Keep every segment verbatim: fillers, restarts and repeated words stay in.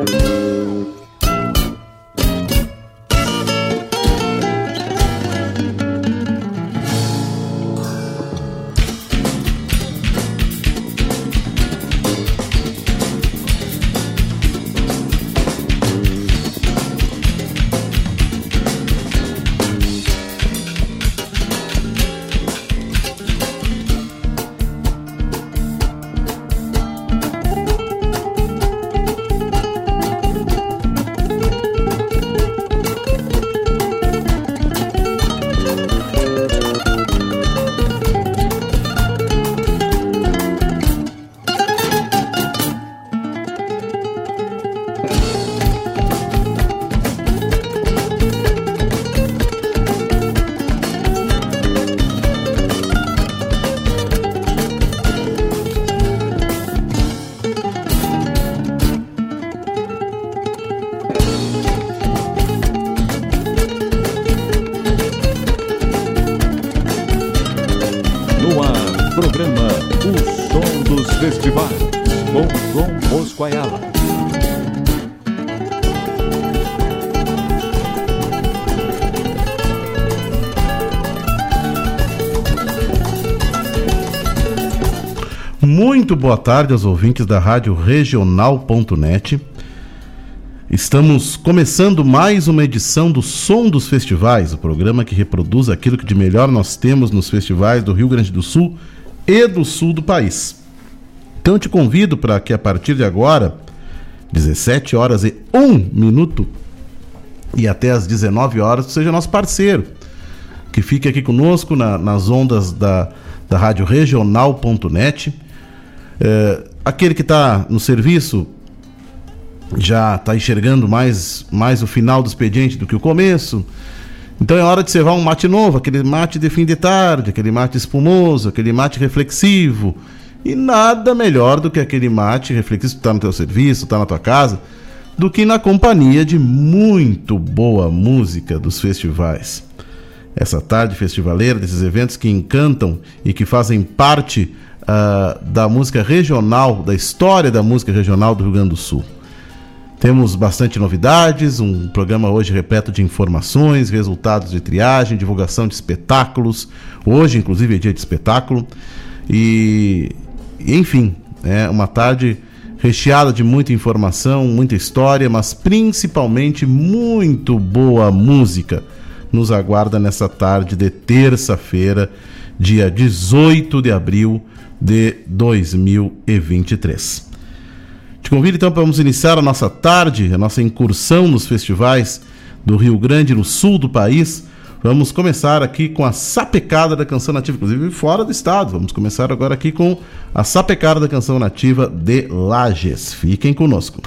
Muito boa tarde aos ouvintes da Rádio Regional ponto net. Estamos começando mais uma edição do Som dos Festivais, o programa que reproduz aquilo que de melhor nós temos nos festivais do Rio Grande do Sul e do sul do país. Então eu te convido para que a partir de agora, dezessete horas e um minuto e até às dezenove horas, tu seja nosso parceiro, que fique aqui conosco na, nas ondas da, da Rádio Regional ponto net. É, aquele que está no serviço já está enxergando mais, mais o final do expediente do que o começo. Então é hora de cevar um mate novo, aquele mate de fim de tarde, aquele mate espumoso, aquele mate reflexivo. E nada melhor do que aquele mate reflexivo que está no teu serviço, está na tua casa, do que na companhia de muito boa música dos festivais. Essa tarde festivaleira, desses eventos que encantam e que fazem parte Uh, da música regional, da história da música regional do Rio Grande do Sul. Temos bastante novidades, um programa hoje repleto de informações, resultados de triagem, divulgação de espetáculos. Hoje, inclusive, é dia de espetáculo. E, enfim, é uma tarde recheada de muita informação, muita história, mas principalmente muito boa música nos aguarda nessa tarde de terça-feira, dia dezoito de abril de dois mil e vinte e três. Te convido então para vamos iniciar a nossa tarde, a nossa incursão nos festivais do Rio Grande, no sul do país. Vamos começar aqui com a Sapecada da Canção Nativa, inclusive fora do estado. Vamos começar agora aqui com a Sapecada da Canção Nativa de Lages. Fiquem conosco.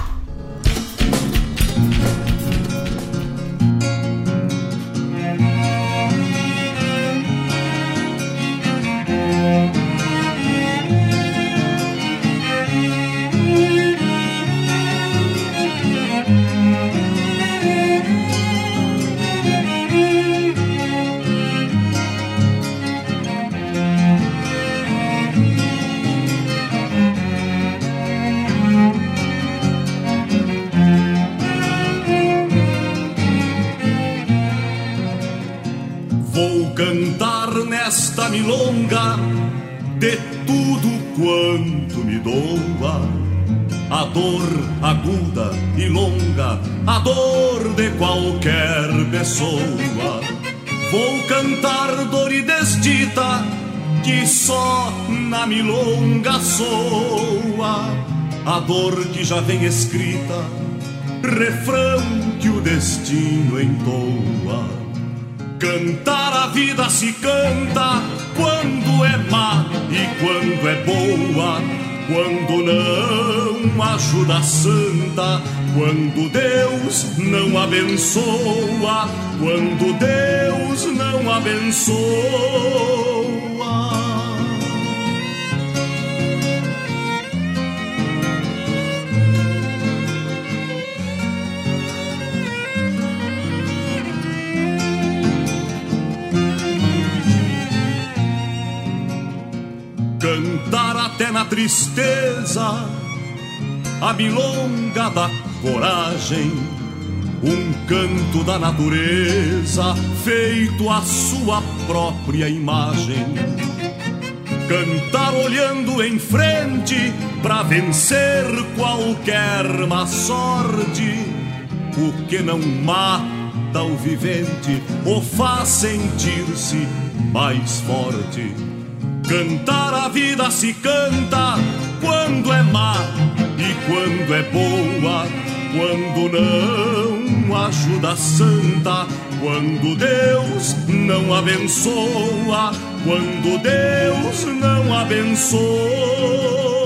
Milonga de tudo quanto me doa, a dor aguda e longa, a dor de qualquer pessoa. Vou cantar dor e desdita que só na milonga soa, a dor que já vem escrita, refrão que o destino entoa. Cantar a vida se canta quando é má e quando é boa, quando não ajuda a santa, quando Deus não abençoa, quando Deus não abençoa. Cantar até na tristeza a milonga da coragem, um canto da natureza feito à sua própria imagem. Cantar olhando em frente pra vencer qualquer má sorte, o que não mata o vivente o faz sentir-se mais forte. Cantar a vida se canta quando é má e quando é boa, quando não ajuda a santa, quando Deus não abençoa, quando Deus não abençoa.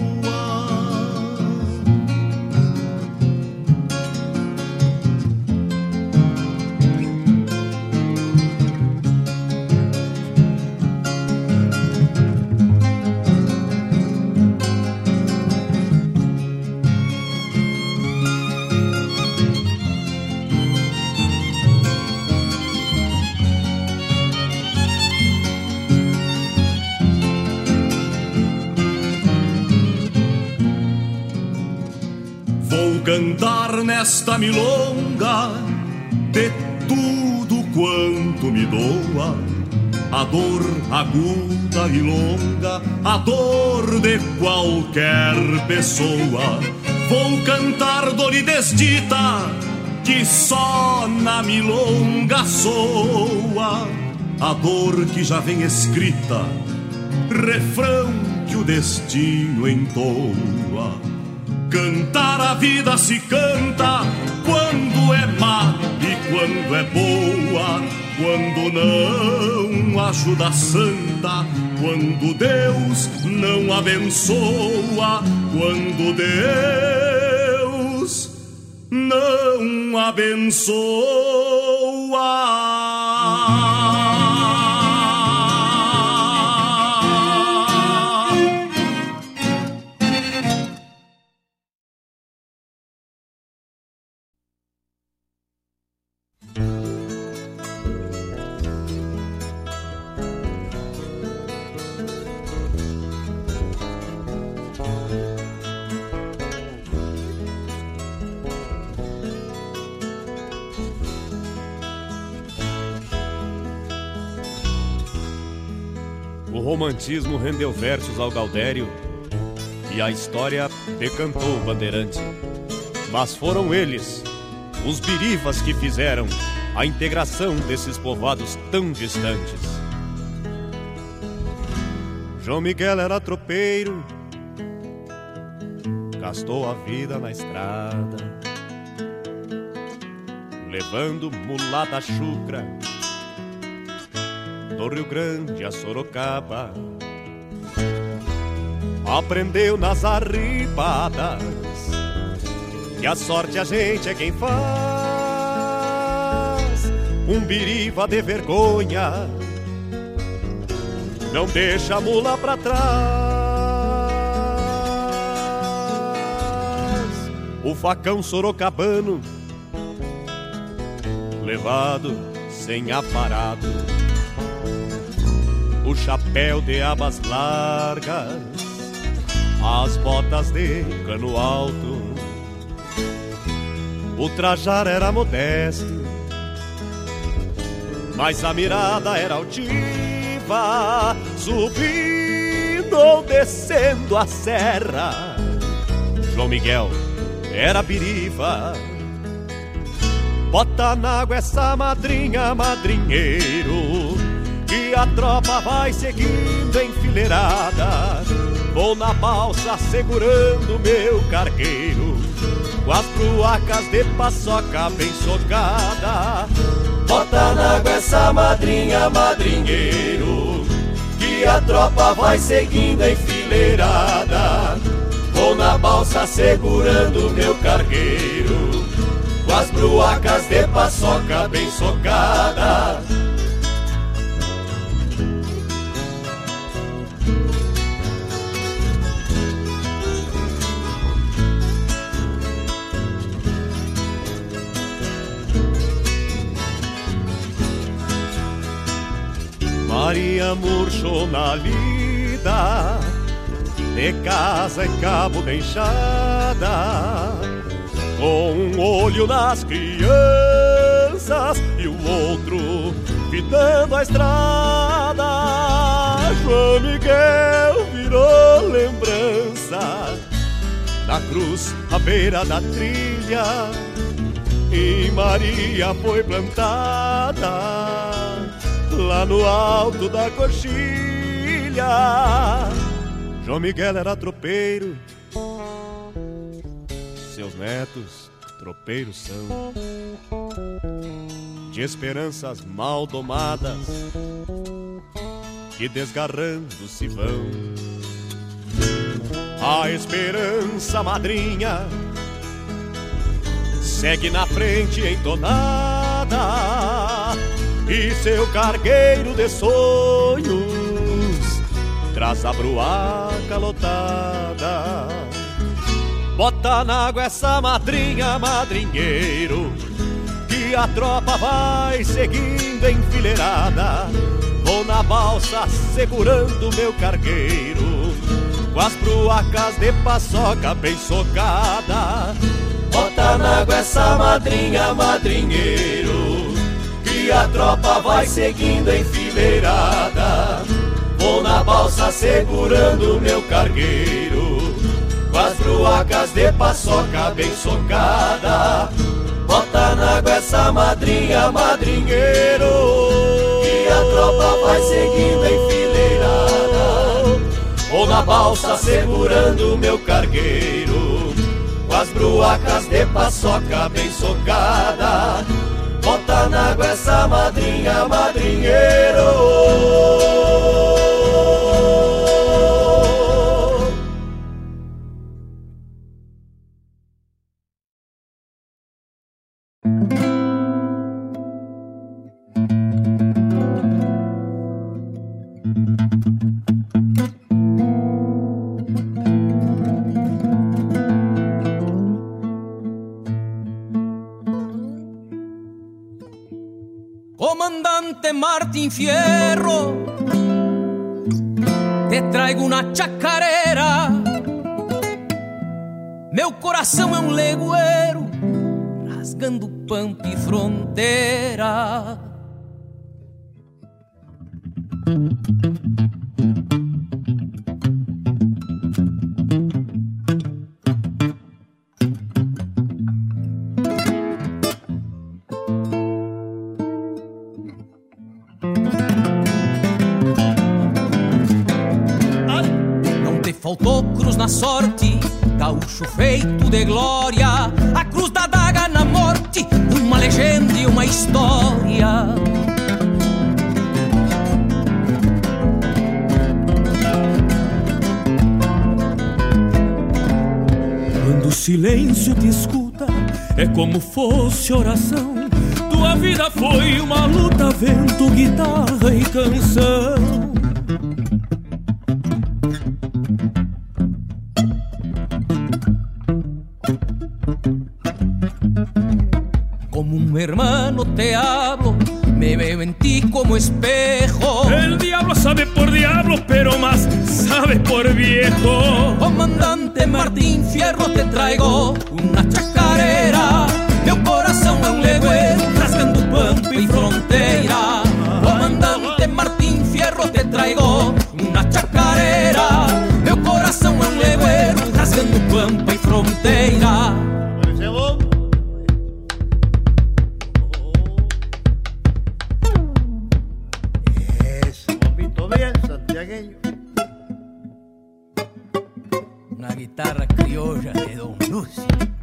Cantar nesta milonga de tudo quanto me doa, a dor aguda e longa, a dor de qualquer pessoa. Vou cantar dor e desdita que só na milonga soa, a dor que já vem escrita, refrão que o destino entoa. Cantar a vida se canta quando é má e quando é boa, quando não ajuda a santa, quando Deus não abençoa, quando Deus não abençoa. O romantismo rendeu versos ao Gaudério e a história decantou o Bandeirante. Mas foram eles, os birivas, que fizeram a integração desses povoados tão distantes. João Miguel era tropeiro, gastou a vida na estrada, levando mulata chucra do Rio Grande a Sorocaba. Aprendeu nas arribadas que a sorte a gente é quem faz. Um biriva de vergonha não deixa a mula pra trás. O facão sorocabano levado sem aparado, o chapéu de abas largas, as botas de cano alto. O trajar era modesto, mas a mirada era altiva, subindo ou descendo a serra. João Miguel era biriva. Bota na água essa madrinha, madrinheiro, que a tropa vai seguindo enfileirada. Vou na balsa segurando meu cargueiro, com as bruacas de paçoca bem socada. Bota na água essa madrinha, madrinheiro, que a tropa vai seguindo enfileirada. Vou na balsa segurando meu cargueiro, com as bruacas de paçoca bem socada. Maria murchou na lida, de casa e cabo de enxada, com um olho nas crianças e o outro fitando a estrada. João Miguel virou lembrança na cruz à beira da trilha, e Maria foi plantada lá no alto da coxilha. João Miguel era tropeiro, seus netos tropeiros são, de esperanças mal domadas que desgarrando se vão. A esperança madrinha segue na frente entonada, e seu cargueiro de sonhos traz a bruaca lotada. Bota na água essa madrinha, madrinheiro, que a tropa vai seguindo enfileirada. Vou na balsa segurando meu cargueiro, com as bruacas de paçoca bem socada. Bota na água essa madrinha, madrinheiro, que a tropa vai seguindo enfileirada. Vou na balsa segurando meu cargueiro, com as bruacas de paçoca bem socada. Bota na água essa madrinha, madrinheiro, que a tropa vai seguindo enfileirada. Vou na balsa segurando meu cargueiro, com as bruacas de paçoca bem socada. Bota na água essa madrinha, madrinheiro. Comandante Martín Fierro, te traigo una chacarera. Meu coração é um legueiro, rasgando pampa e fronteira. Faltou cruz na sorte, gaúcho feito de glória, a cruz da daga na morte, uma legenda e uma história. Quando o silêncio te escuta, é como fosse oração. Tua vida foi uma luta, vento, guitarra e canção. Como un hermano te hablo, me veo en ti como espejo. El diablo sabe por diablo, pero más sabe por viejo. Comandante Martín Fierro, te traigo una chacarera. Meu coração é um legueiro, rasgando pampa e fronteira. Comandante Martín Fierro, te traigo una chacarera. Meu coração é um legueiro, rasgando pampa e fronteira. Una guitarra criolla de Don Lucio.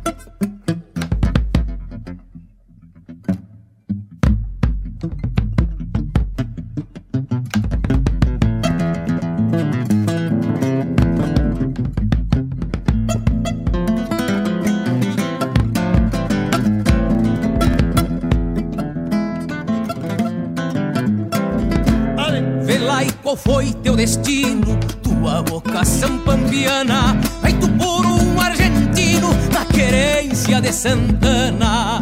Vê lá e qual foi teu destino, tua vocação pambiana, feito por um argentino na querência de Santana.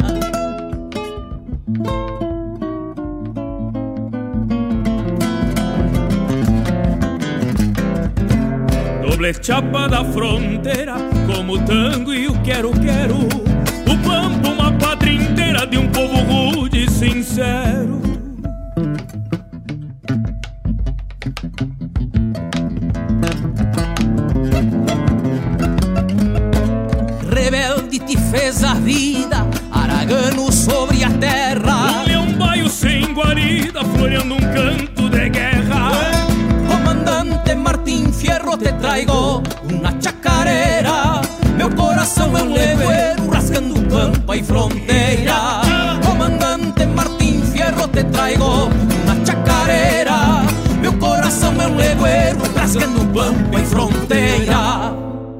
flechapa da fronteira, como o tango e o quero-quero. O pampa, uma pátria inteira de um povo rude e sincero. Rebelde te fez a vida, aragano sobre a terra. Um leão baio sem guarida, floreando um canto de guerra. Comandante Martín Fierro, te traigo uma chacarera. Meu coração é um legueiro, rasgando pampa e fronteira. Comandante Martín Fierro, te traigo uma chacarera. Meu coração é um legueiro, rasgando pampa e fronteira.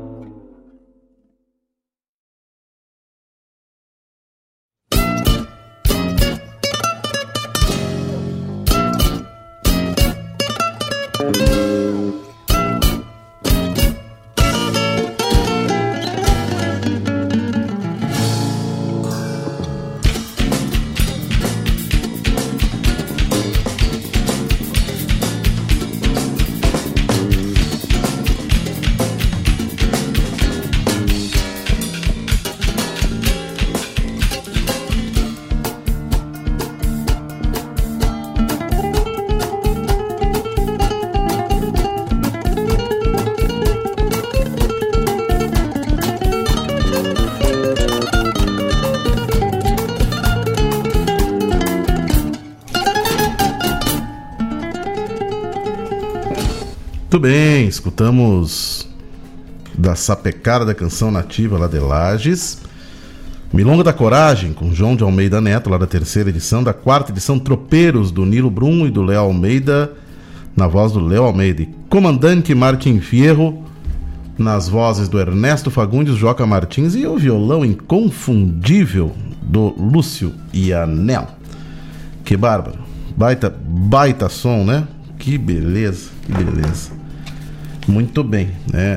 Muito bem, escutamos da sapecada da canção nativa lá de Lages, Milonga da Coragem, com João de Almeida Neto, lá da terceira edição, da quarta edição, Tropeiros, do Nilo Brum e do Léo Almeida, na voz do Léo Almeida, e Comandante Martim Fierro, nas vozes do Ernesto Fagundes, Joca Martins, e o violão inconfundível do Lúcio Ianel. Que bárbaro, baita, baita som, né? Que beleza, que beleza. Muito bem, né?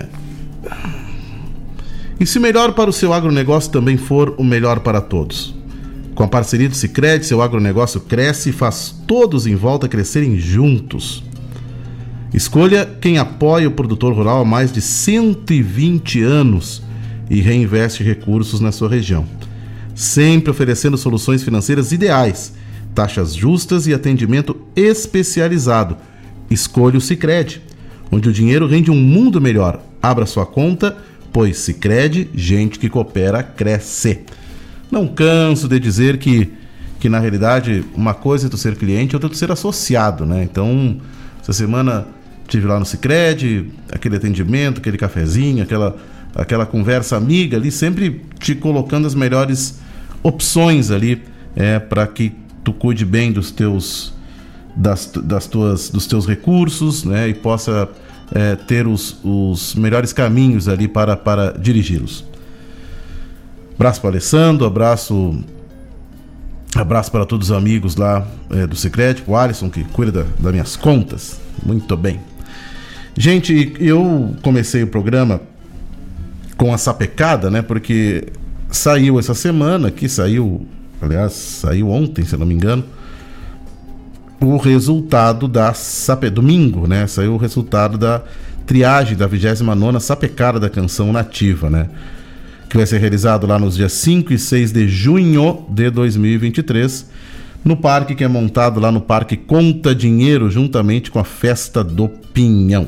E se melhor para o seu agronegócio também for o melhor para todos? Com a parceria do Sicredi, seu agronegócio cresce e faz todos em volta crescerem juntos. Escolha quem apoia o produtor rural há mais de cento e vinte anos e reinveste recursos na sua região, sempre oferecendo soluções financeiras ideais, taxas justas e atendimento especializado. Escolha o Sicredi, onde o dinheiro rende um mundo melhor. Abra sua conta, pois Sicredi, gente que coopera, cresce. Não canso de dizer que, que na realidade, uma coisa é tu ser cliente, outra é tu ser associado, né? Então, essa semana tive lá no Sicredi, aquele atendimento, aquele cafezinho, aquela, aquela conversa amiga ali, sempre te colocando as melhores opções ali, é, para que tu cuide bem dos teus... Das, das tuas, dos teus recursos, né, e possa é, ter os, os melhores caminhos ali para, para dirigi-los. Abraço para o Alessandro, abraço, abraço para todos os amigos lá é, do Sicredi, o Alisson que cuida da, das minhas contas. Muito bem. Gente, eu comecei o programa com a sapecada, né, porque saiu essa semana, que saiu, aliás, saiu ontem, se eu não me engano, o resultado da Sape... domingo, né? Saiu o resultado da triagem da vigésima nona Sapecada da Canção Nativa, né? Que vai ser realizado lá nos dias cinco e seis de junho de dois mil e vinte e três, no parque que é montado lá no Parque Conta Dinheiro, juntamente com a Festa do Pinhão.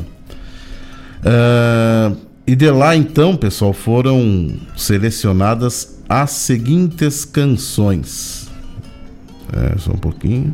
Uh, e de lá, então, pessoal, foram selecionadas as seguintes canções. É, só um pouquinho...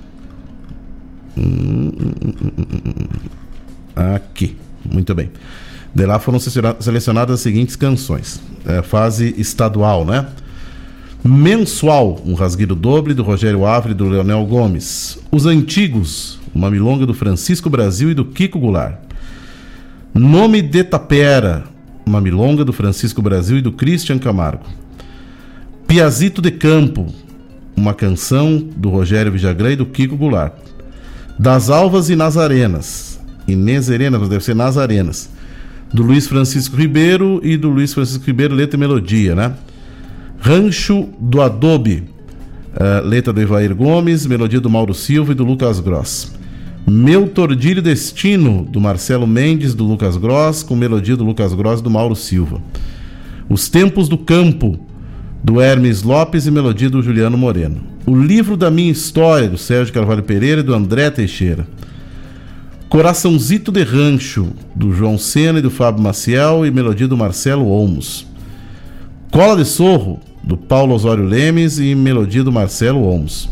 Aqui, muito bem. De lá foram selecionadas as seguintes canções. É, fase estadual, né? Mensual, um rasgueiro doble do Rogério Ávila e do Leonel Gomes. Os Antigos, uma milonga do Francisco Brasil e do Kiko Goulart. Nome de Tapera, uma milonga do Francisco Brasil e do Christian Camargo. Piazito de Campo, uma canção do Rogério Vijagrã e do Kiko Goulart. Das Alvas e Nazarenas, Inês Herenas, deve ser Nazarenas, do Luiz Francisco Ribeiro e do Luiz Francisco Ribeiro, letra e melodia, né? Rancho do Adobe, uh, letra do Evair Gomes, melodia do Mauro Silva e do Lucas Gross. Meu Tordilho Destino, do Marcelo Mendes, do Lucas Gross, com melodia do Lucas Gross e do Mauro Silva. Os Tempos do Campo, do Hermes Lopes e melodia do Juliano Moreno. O Livro da Minha História, do Sérgio Carvalho Pereira e do André Teixeira. Coraçãozito de Rancho, do João Sena e do Fábio Maciel e melodia do Marcelo Olmos. Cola de Sorro, do Paulo Osório Lemes e melodia do Marcelo Olmos.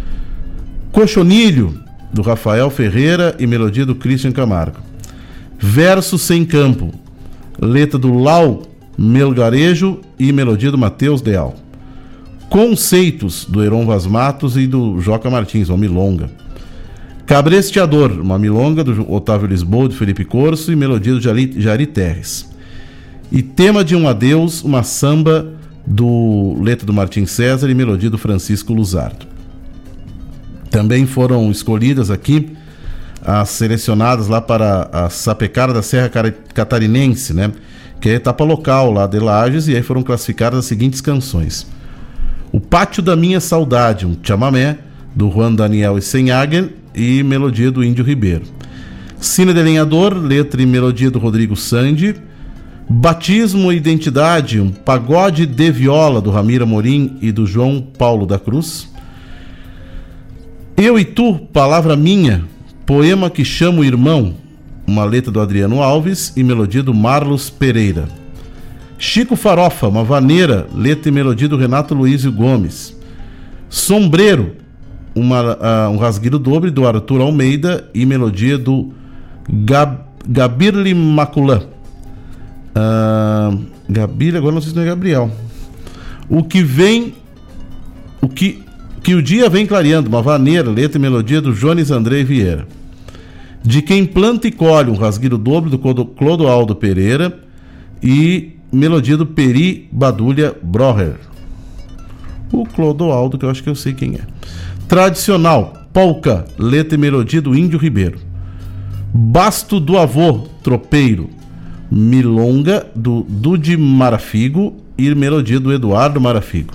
Cochonilho, do Rafael Ferreira e melodia do Christian Camargo. Verso Sem Campo, letra do Lau Melgarejo e melodia do Matheus Deal. Conceitos, do Heron Vaz Matos e do Joca Martins, uma milonga. Cabresteador, uma milonga do Otávio Lisboa, do Felipe Corso e melodia do Jari, Jari Terres. E Tema de um Adeus, uma samba do letra do Martim César e melodia do Francisco Luzardo. Também foram escolhidas aqui as selecionadas lá para a Sapecada da Serra Catarinense, né? Que é a etapa local lá de Lages, e aí foram classificadas as seguintes canções: O Pátio da Minha Saudade, um chamamé do Juan Daniel Senhagen e melodia do Índio Ribeiro. Sina de Lenhador, letra e melodia do Rodrigo Sandi. Batismo e Identidade, um pagode de viola do Ramiro Amorim e do João Paulo da Cruz. Eu e Tu, Palavra Minha, poema que chamo irmão, uma letra do Adriano Alves e melodia do Marlos Pereira. Chico Farofa, uma vaneira, letra e melodia do Renato Luizio Gomes. Sombreiro, uma, uh, um rasgueiro dobre do Arthur Almeida e melodia do Gab, Gabirli Maculan. Uh, Gabi, agora não sei se não é Gabriel. O que vem o que, que o dia vem clareando, uma vaneira, letra e melodia do Jones André Vieira. De Quem Planta e Colhe, um rasgueiro dobro do Clodoaldo Pereira e melodia do Peri Badulha Broher. O Clodoaldo, que eu acho que eu sei quem é. Tradicional, polca, letra e melodia do Índio Ribeiro. Basto do Avô, tropeiro, milonga do Dude Marafigo e melodia do Eduardo Marafigo.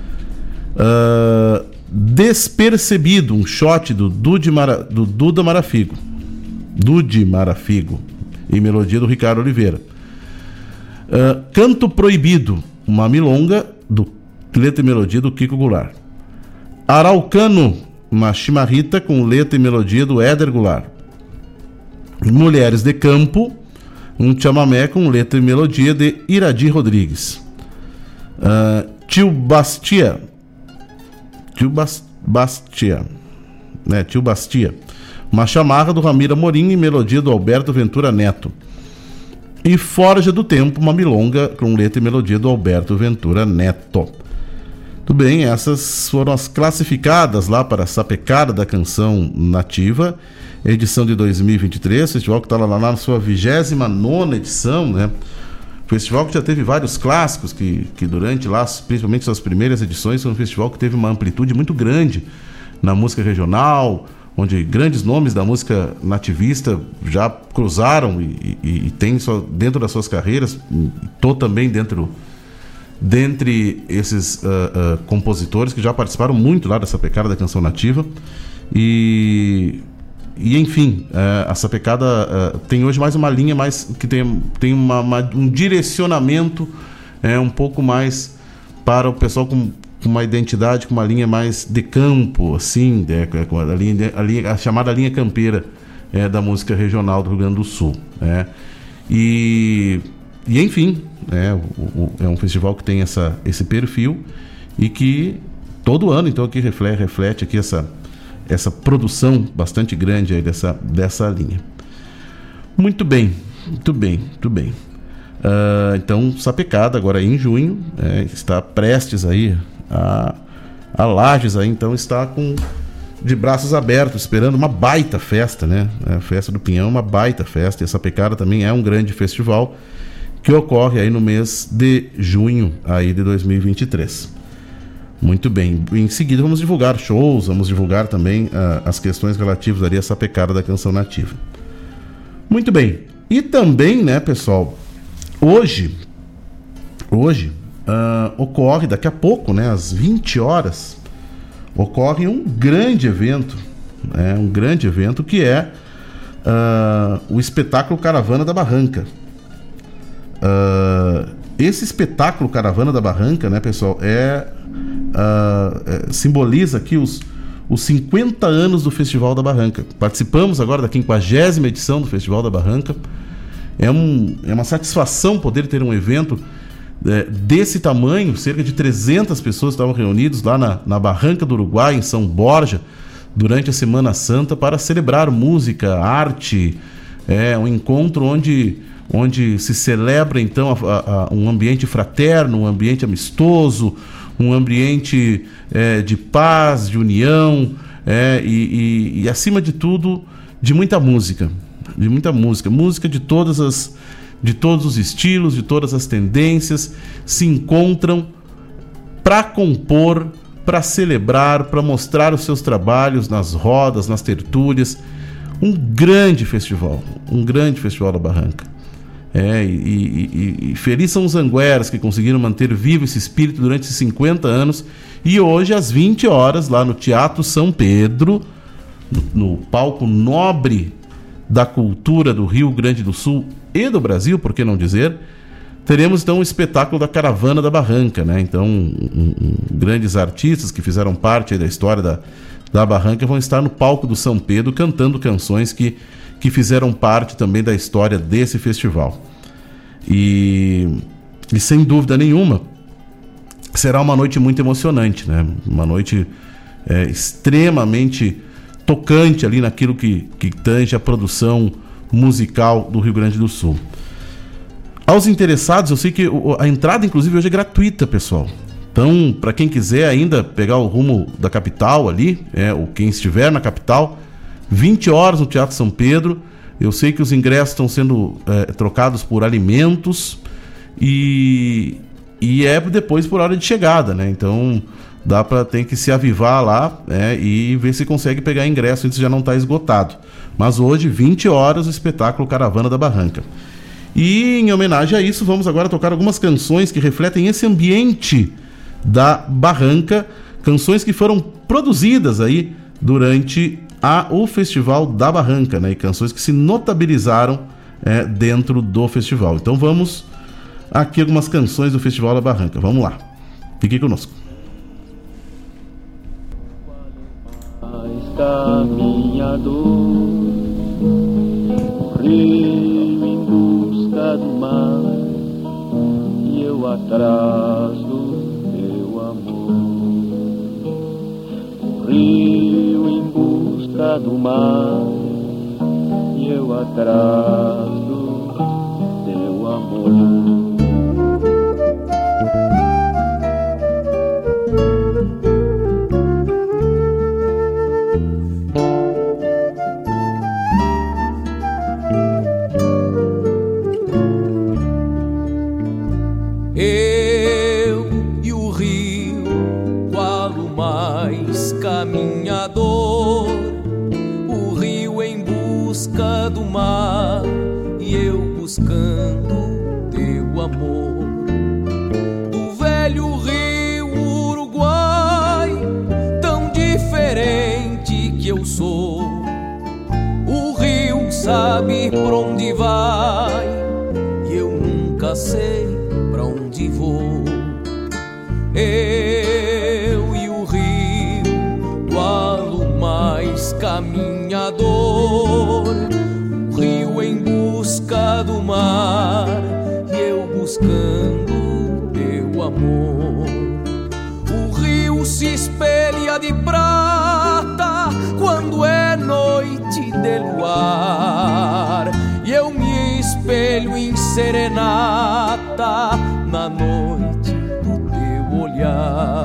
Uh, Despercebido, um shot do, Dude Mara, do Duda Marafigo. Dude Marafigo e melodia do Ricardo Oliveira. Uh, Canto Proibido, uma milonga do letra e melodia do Kiko Goulart. Araucano, uma chimarrita com letra e melodia do Éder Goulart. Mulheres de Campo, um chamamé com letra e melodia de Iradi Rodrigues. Uh, Tio Bastia, Tio Bas, Bastia, né? Tio Bastia, uma chamarra do Ramiro Amorim e melodia do Alberto Ventura Neto. E Forja do Tempo, uma milonga com letra e melodia do Alberto Ventura Neto. Tudo bem, essas foram as classificadas lá para a Sapecada da Canção Nativa, edição de dois mil e vinte e três, festival que está lá, lá na sua vigésima nona edição, né? Festival que já teve vários clássicos, que, que durante lá, principalmente suas primeiras edições, foi um festival que teve uma amplitude muito grande na música regional, onde grandes nomes da música nativista já cruzaram e, e, e tem só, dentro das suas carreiras, estou também dentro, dentre esses uh, uh, compositores que já participaram muito lá dessa pecada da Canção Nativa. E... E enfim, uh, a Sapecada uh, tem hoje mais uma linha mais que tem, tem uma, uma, um direcionamento é, um pouco mais para o pessoal com, com uma identidade, com uma linha mais de campo, assim, é, a, linha, a, linha, a chamada linha campeira é, da música regional do Rio Grande do Sul. É. E, e enfim, é, o, o, é um festival que tem essa, esse perfil e que todo ano, então, aqui reflete, reflete aqui essa... essa produção bastante grande aí dessa, dessa linha. Muito bem, muito bem, muito bem. Uh, então, Sapecada, agora em junho, é, está prestes aí a, a Lages aí, então está com de braços abertos, esperando uma baita festa, né? A festa do Pinhão é uma baita festa, e a Sapecada também é um grande festival que ocorre aí no mês de junho aí de dois mil e vinte e três. Muito bem, em seguida vamos divulgar shows, vamos divulgar também uh, as questões relativas ali a essa pecada da Canção Nativa. Muito bem, e também, né, pessoal, hoje, hoje uh, ocorre, daqui a pouco, né, às vinte horas, ocorre um grande evento, é um grande evento que é uh, o espetáculo Caravana da Barranca. Uh, esse espetáculo Caravana da Barranca, né, pessoal, é, uh, é simboliza aqui os, os cinquenta anos do Festival da Barranca. Participamos agora da quinquagésima edição do Festival da Barranca. É, um, é uma satisfação poder ter um evento é, desse tamanho. Cerca de trezentas pessoas estavam reunidas lá na, na Barranca do Uruguai, em São Borja, durante a Semana Santa, para celebrar música, arte, é um encontro onde, onde se celebra então a, a, um ambiente fraterno, um ambiente amistoso, um ambiente é, de paz, de união, é, e, e, e acima de tudo, de muita música, de muita música, música de todas as, de todos os estilos, de todas as tendências, se encontram para compor, para celebrar, para mostrar os seus trabalhos nas rodas, nas tertúlias. Um grande festival, um grande festival da Barranca. É, e, e, e feliz são os angueras que conseguiram manter vivo esse espírito durante esses cinquenta anos. E hoje, às vinte horas, lá no Teatro São Pedro, no, no palco nobre da cultura do Rio Grande do Sul e do Brasil, por que não dizer, teremos então o espetáculo da Caravana da Barranca, né? Então, um, um, grandes artistas que fizeram parte aí da história da, da Barranca vão estar no palco do São Pedro cantando canções que, que fizeram parte também da história desse festival. E, e sem dúvida nenhuma, será uma noite muito emocionante, né? Uma noite é, extremamente tocante ali naquilo que, que tange a produção musical do Rio Grande do Sul. Aos interessados, eu sei que a entrada, inclusive, hoje é gratuita, pessoal. Então, para quem quiser ainda pegar o rumo da capital ali, é, ou quem estiver na capital, vinte horas no Teatro São Pedro. Eu sei que os ingressos estão sendo é, trocados por alimentos e, e é depois por hora de chegada, né? Então, dá para tem que se avivar lá, é, e ver se consegue pegar ingresso antes de já não estar esgotado. Mas hoje, vinte horas, o espetáculo Caravana da Barranca. E em homenagem a isso, vamos agora tocar algumas canções que refletem esse ambiente da Barranca, canções que foram produzidas aí durante a, o Festival da Barranca, né? E canções que se notabilizaram é, dentro do festival. Então vamos aqui algumas canções do Festival da Barranca. Vamos lá, fique conosco. Caminhador, rio em busca do mar, e eu atrás do meu amor. O rio em busca do mar, e eu atrás do teu amor. Caminhador, o rio em busca do mar e eu buscando teu amor. Do velho rio Uruguai, tão diferente que eu sou, o rio sabe pra onde vai e eu nunca sei pra onde vou. Eu e o rio, qual o mais caminhador, o rio em busca do mar e eu buscando teu amor. O rio se espelha de prata quando é noite de luar e eu me espelho em serenata na noite do teu olhar.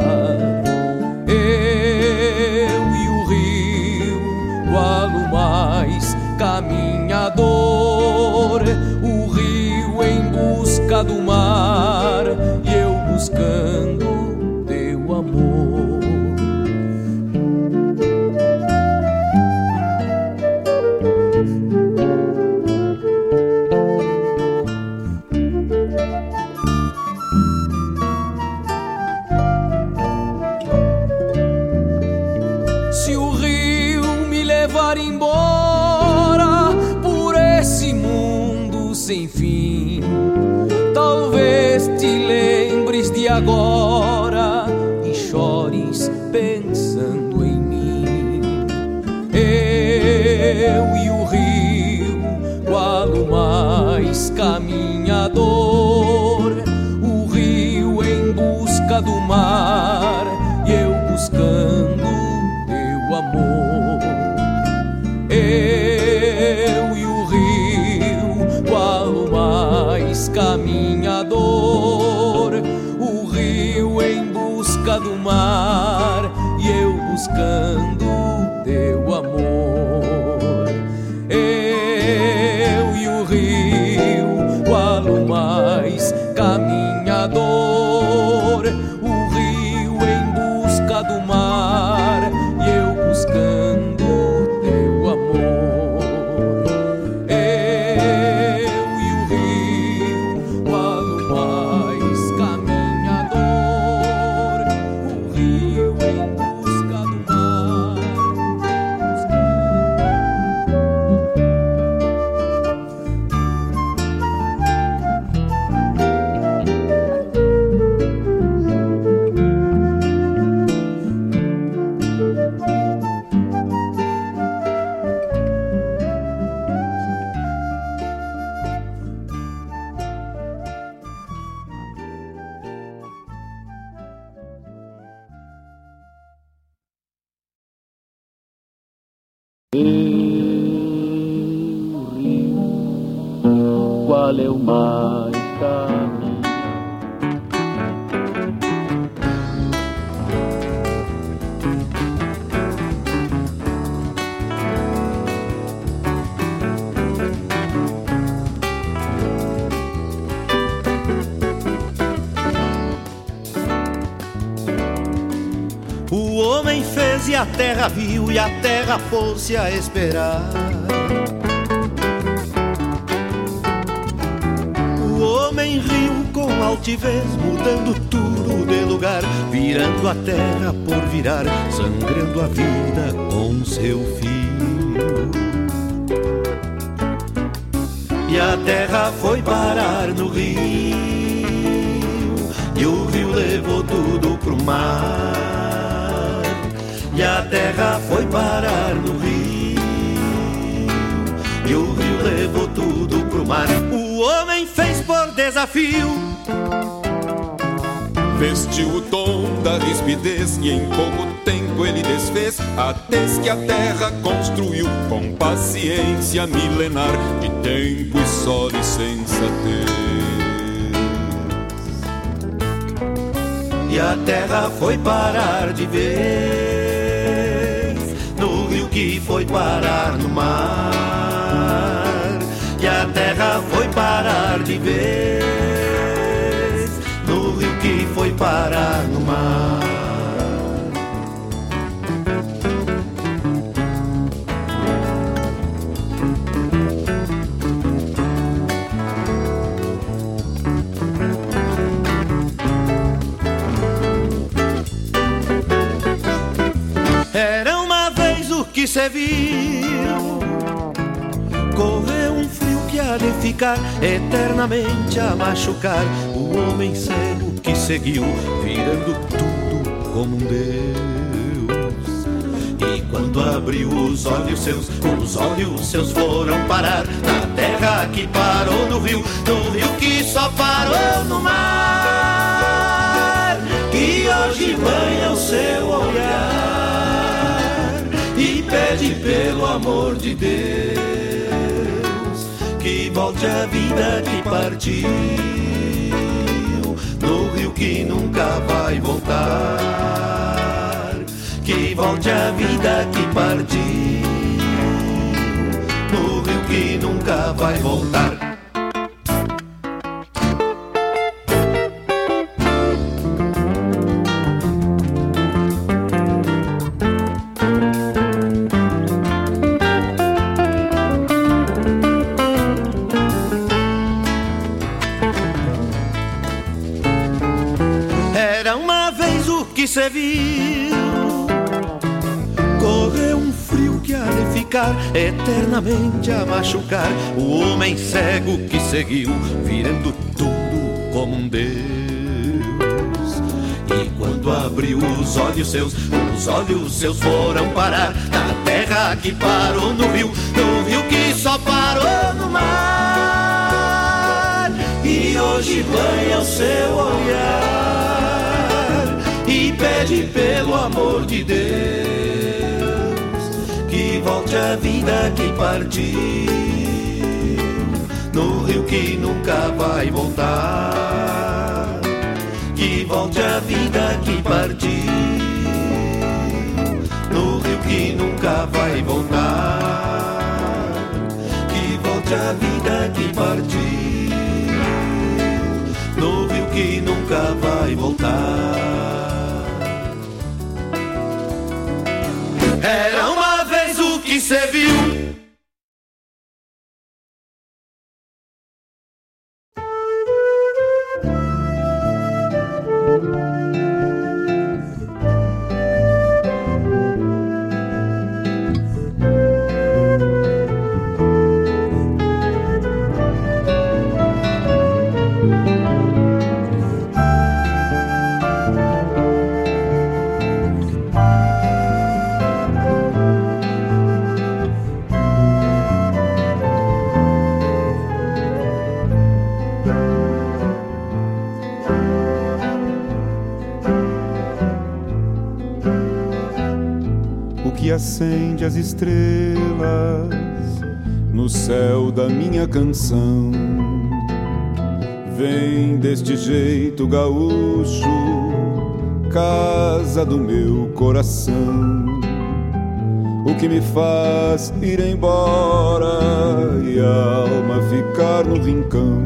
Eu e o rio, qual o mais caminhador, o rio em busca do mar e eu buscando teu amor. Se o rio me agora e chores pensando em mim. Eu e o rio, qual o mais caminhador, o rio em busca do mar e eu buscando teu amor. Eu e o rio, qual o mais caminhador, o rio em busca do mar e eu buscando teu amor. Eu e o rio, qual o mais caminhador, o rio em busca do mar e eu buscando teu amor. Eu e o rio, qual o mais caminhador, o rio em busca do mar. Meu rio, qual é o mais caminho? O homem fez e a terra viu, e a terra pôs-se a esperar. O homem riu com altivez, mudando tudo de lugar, virando a terra por virar, sangrando a vida com seu fio. E a terra foi parar no rio, e o rio levou tudo pro mar. E a terra foi parar no rio, e o rio levou tudo pro mar. O homem fez por desafio, vestiu o tom da rispidez e em pouco tempo ele desfez a tez que a terra construiu com paciência milenar de tempo e sol e sensatez. E a terra foi parar de vez no rio que foi parar no mar. E a terra foi parar de vez no rio que foi parar no mar. Era uma vez o que cê viu, correu um frio que há de ficar eternamente a machucar o homem cego que seguiu, virando tudo como um Deus. E quando abriu os olhos seus, os olhos seus foram parar na terra que parou no rio, no rio que só parou no mar, que hoje banha o seu olhar e pede pelo amor de Deus que volte a vida que partiu no rio que nunca vai voltar, que volte a vida que partiu no rio que nunca vai voltar. Cê viu, correu um frio que há de ficar eternamente a machucar o homem cego que seguiu, virando tudo como um Deus. sobre os olhos seus. Os olhos seus foram parar na terra que parou no rio, no rio que só parou no mar. E hoje banha o seu olhar e pede pelo amor de Deus que volte a vida que partiu no rio que nunca vai voltar. Que volte a vida que partiu no rio que nunca vai voltar. Que volte a vida que partiu no rio que nunca vai voltar. Era uma vez o que cê viu. Acende as estrelas no céu da minha canção. Vem deste jeito gaúcho, casa do meu coração. O que me faz ir embora e a alma ficar no rincão.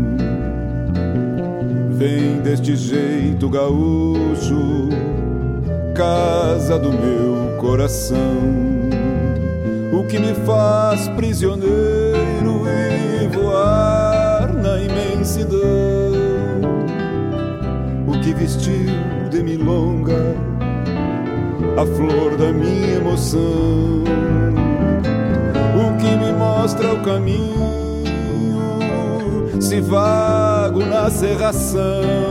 Vem deste jeito gaúcho, casa do meu coração. O que me faz prisioneiro e voar na imensidão. O que vestiu de milonga a flor da minha emoção. O que me mostra o caminho se vago na cerração.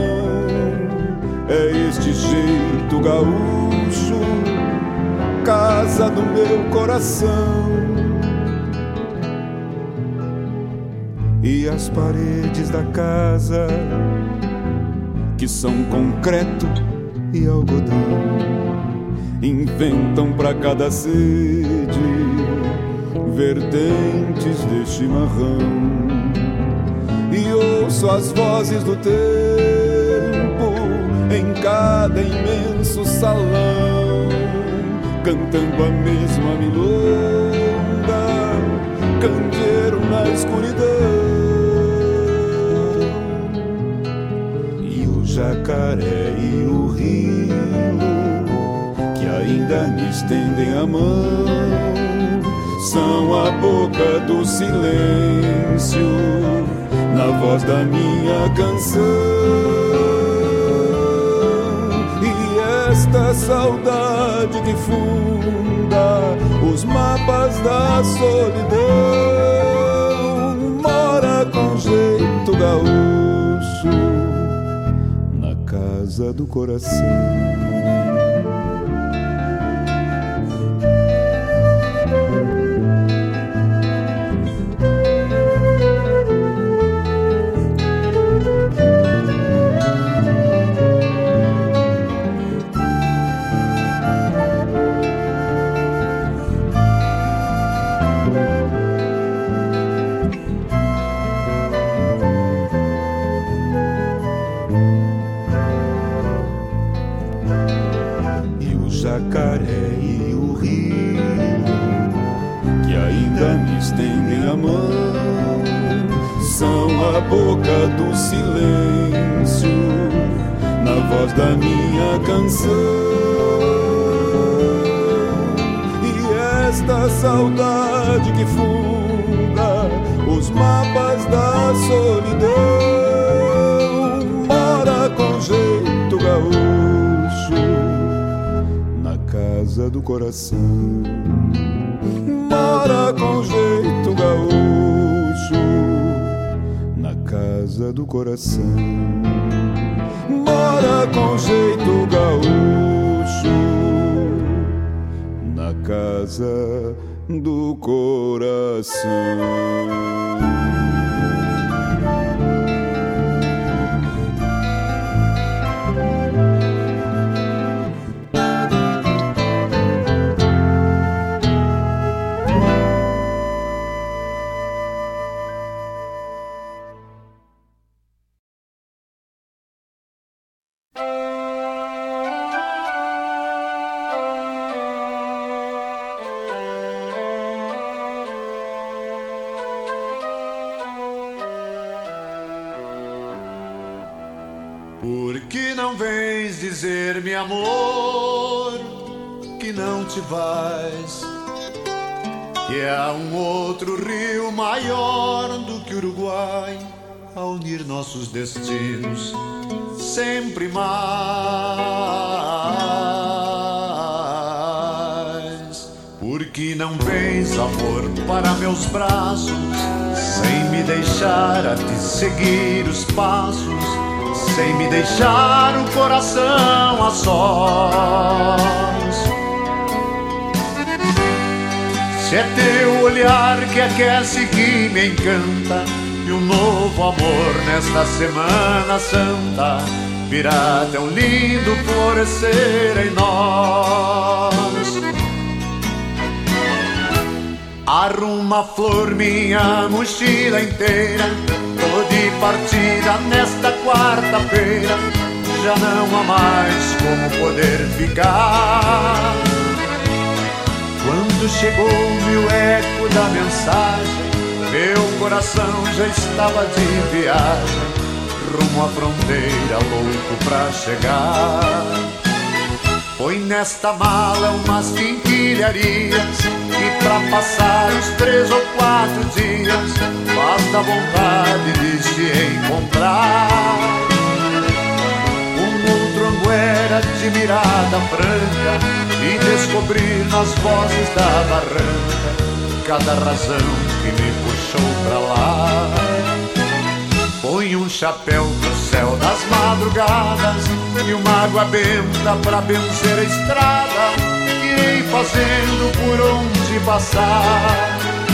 É este jeito gaúcho, casa do meu coração. E as paredes da casa, que são concreto e algodão, inventam pra cada sede vertentes de chimarrão. E ouço as vozes do tempo em cada imenso salão, cantando a mesma milonga, candeeiro na escuridão. E o jacaré e o rio, que ainda me estendem a mão, são a boca do silêncio, na voz da minha canção. Esta saudade que funda os mapas da solidão mora com jeito gaúcho na casa do coração. Boca do silêncio, na voz da minha canção. E esta saudade que funda os mapas da solidão mora com jeito gaúcho na casa do coração. Mora com jeito gaúcho casa do coração, mora com jeito gaúcho beleza do coração. Dizer-me, amor, que não te vais, que há um outro rio maior do que o Uruguai a unir nossos destinos sempre mais. Por que não vens, amor, para meus braços, sem me deixar a te seguir os passos, sem me deixar o coração a sós? Se é teu olhar que aquece, que me encanta, e um novo amor nesta Semana Santa virá tão lindo florescer em nós. Arruma flor, minha mochila inteira, tô de partida nesta quarta-feira, já não há mais como poder ficar. Quando chegou-me o eco da mensagem, meu coração já estava de viagem, rumo à fronteira, louco pra chegar. Põe nesta mala umas quinquilharias, e pra passar os três ou quatro dias, basta vontade de se encontrar. Um outro anguera de mirada franca, e descobrir nas vozes da barranca cada razão que me puxou pra lá. Põe um chapéu pro céu das madrugadas e uma água benta pra benzer a estrada, irei fazendo por onde passar.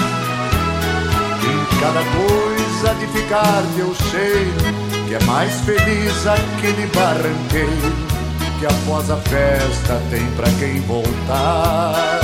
Em cada coisa de ficar teu cheiro, que é mais feliz aquele barranqueiro, que após a festa tem pra quem voltar.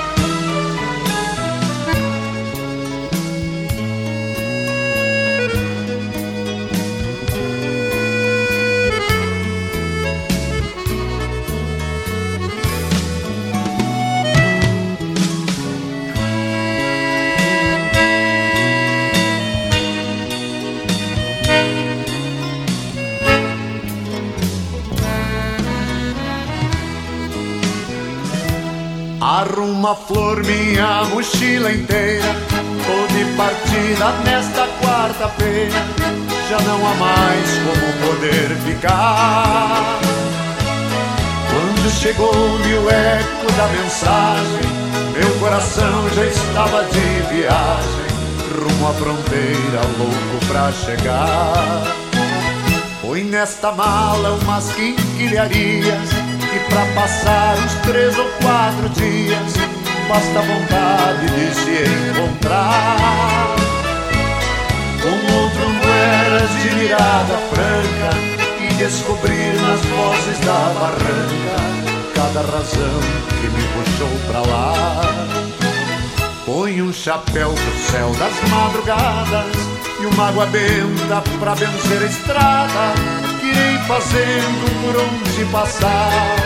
Arruma flor, minha mochila inteira, tô de partida nesta quarta-feira, já não há mais como poder ficar. Quando chegou-me o eco da mensagem, meu coração já estava de viagem, rumo à fronteira, louco pra chegar. Põe nesta mala umas quinquilharias, e pra passar os três ou quatro dias, basta vontade de se encontrar. Com outro angueras de mirada franca, e descobrir nas vozes da barranca cada razão que me puxou pra lá. Põe um chapéu pro céu das madrugadas e uma água benta pra vencer a estrada, que irei fazendo por onde passar.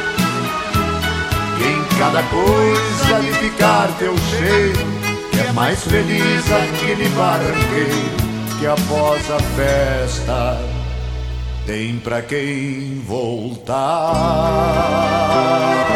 E em cada coisa de ficar teu cheiro, que é mais feliz aquele barranqueiro, que após a festa tem pra quem voltar.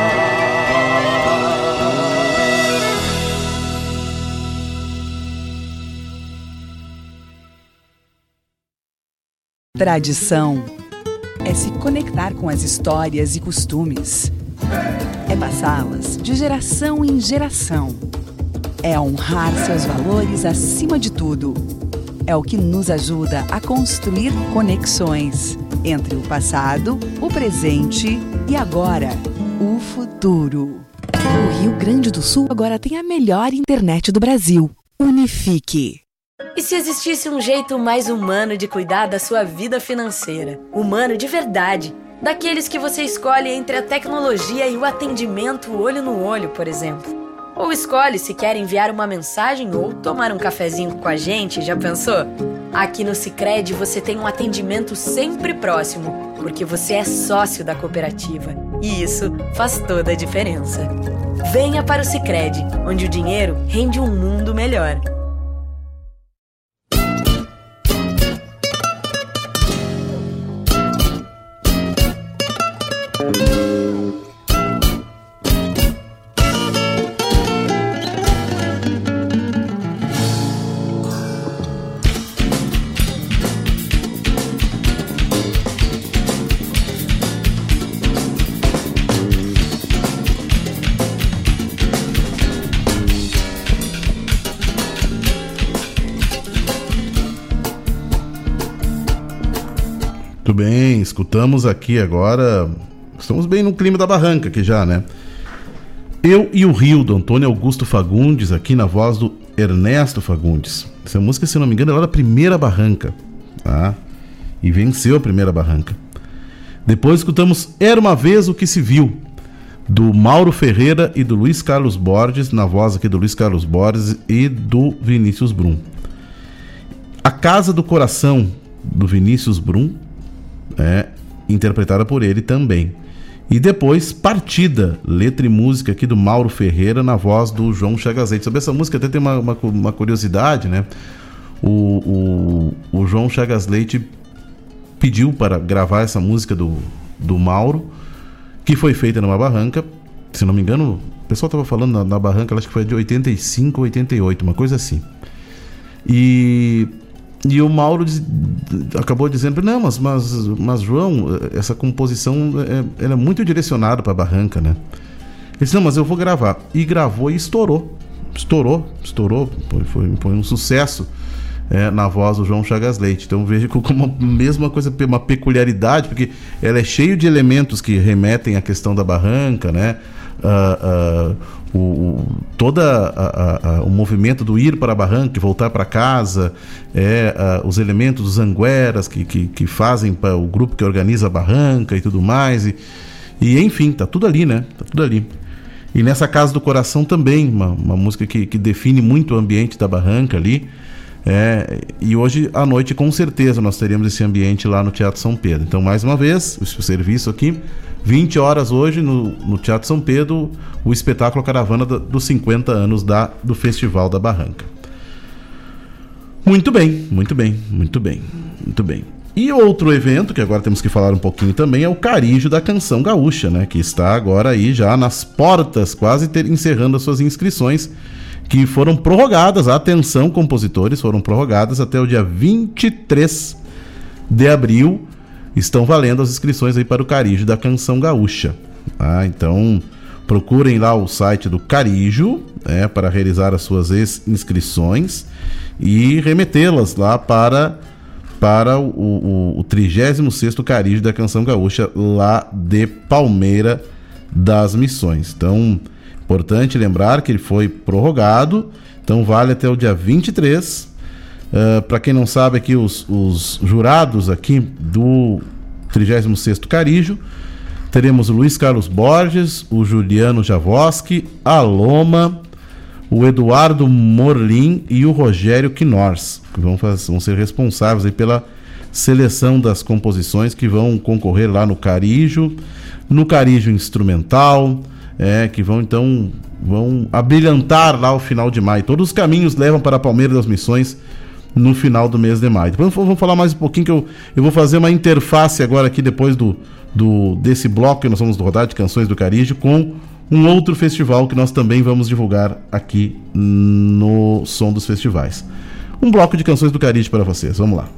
Tradição é se conectar com as histórias e costumes. É passá-las de geração em geração. É honrar seus valores acima de tudo. É o que nos ajuda a construir conexões entre o passado, o presente e agora, o futuro. O Rio Grande do Sul agora tem a melhor internet do Brasil. Unifique. E se existisse um jeito mais humano de cuidar da sua vida financeira? Humano de verdade. Daqueles que você escolhe entre a tecnologia e o atendimento olho no olho, por exemplo. Ou escolhe se quer enviar uma mensagem ou tomar um cafezinho com a gente, já pensou? Aqui no Sicredi você tem um atendimento sempre próximo, porque você é sócio da cooperativa. E isso faz toda a diferença. Venha para o Sicredi, onde o dinheiro rende um mundo melhor. Muito bem, escutamos aqui agora. Estamos bem no clima da barranca aqui já, né? Eu e o Rio, do Antônio Augusto Fagundes, aqui na voz do Ernesto Fagundes. Essa música, se não me engano, é lá da primeira barranca, tá? E venceu a primeira barranca. Depois escutamos Era Uma Vez o Que Se Viu, do Mauro Ferreira e do Luiz Carlos Borges, na voz aqui do Luiz Carlos Borges e do Vinícius Brum. A Casa do Coração, do Vinícius Brum, é interpretada por ele também. E depois Partida, letra e música aqui do Mauro Ferreira, na voz do João Chagas Leite. Sobre essa música até tem uma, uma, uma curiosidade, né? O, o, o João Chagas Leite pediu para gravar essa música do, do Mauro, que foi feita numa barranca. Se não me engano, o pessoal estava falando na, na barranca, acho que foi de oitenta e cinco, oitenta e oito, uma coisa assim. E... E o Mauro diz, acabou dizendo, não, mas, mas, mas João, essa composição é, ela é muito direcionada para a barranca, né? Ele disse, não, mas eu vou gravar. E gravou e estourou. Estourou, estourou. Foi, foi, foi um sucesso é, na voz do João Chagas Leite. Então vejo como uma mesma coisa, uma peculiaridade, porque ela é cheia de elementos que remetem à questão da barranca, né? Uh, uh, o, o, toda a, a, a, o movimento do ir para a barranca e voltar para casa, é, uh, os elementos dos angueras que, que, que fazem para o grupo que organiza a barranca e tudo mais, e, e enfim, tá tudo ali, né? Tá tudo ali. E nessa Casa do Coração também, uma, uma música que, que define muito o ambiente da barranca ali. É, e hoje à noite com certeza nós teremos esse ambiente lá no Teatro São Pedro. Então, mais uma vez, o serviço aqui, vinte horas hoje no, no Teatro São Pedro, o espetáculo Caravana da, dos cinquenta anos da, do Festival da Barranca. Muito bem, muito bem, muito bem, muito bem. E outro evento que agora temos que falar um pouquinho também é o Carijo da Canção Gaúcha, né? Que está agora aí já nas portas, quase ter, encerrando as suas inscrições, que foram prorrogadas, atenção compositores, foram prorrogadas até o dia vinte e três de abril, estão valendo as inscrições aí para o Carijo da Canção Gaúcha. Ah, então procurem lá o site do Carijo, é, para realizar as suas inscrições e remetê-las lá para, para o, o, o trigésimo sexto Carijo da Canção Gaúcha, lá de Palmeira das Missões. Então, importante lembrar que ele foi prorrogado, então vale até o dia vinte e três. Uh, para quem não sabe, aqui os, os jurados aqui do trigésimo sexto Carijo, teremos o Luiz Carlos Borges, o Juliano Javoski, a Loma, o Eduardo Morlin e o Rogério Quinors, que vão, fazer, vão ser responsáveis aí pela seleção das composições que vão concorrer lá no Carijo, no Carijo Instrumental, é, que vão então vão abrilhantar lá o final de maio. Todos os caminhos levam para a Palmeira das Missões no final do mês de maio. Depois vamos falar mais um pouquinho, que eu, eu vou fazer uma interface agora aqui depois do, do, desse bloco que nós vamos rodar de canções do Carijo com um outro festival que nós também vamos divulgar aqui no Som dos Festivais. Um bloco de canções do Carijo para vocês, vamos lá.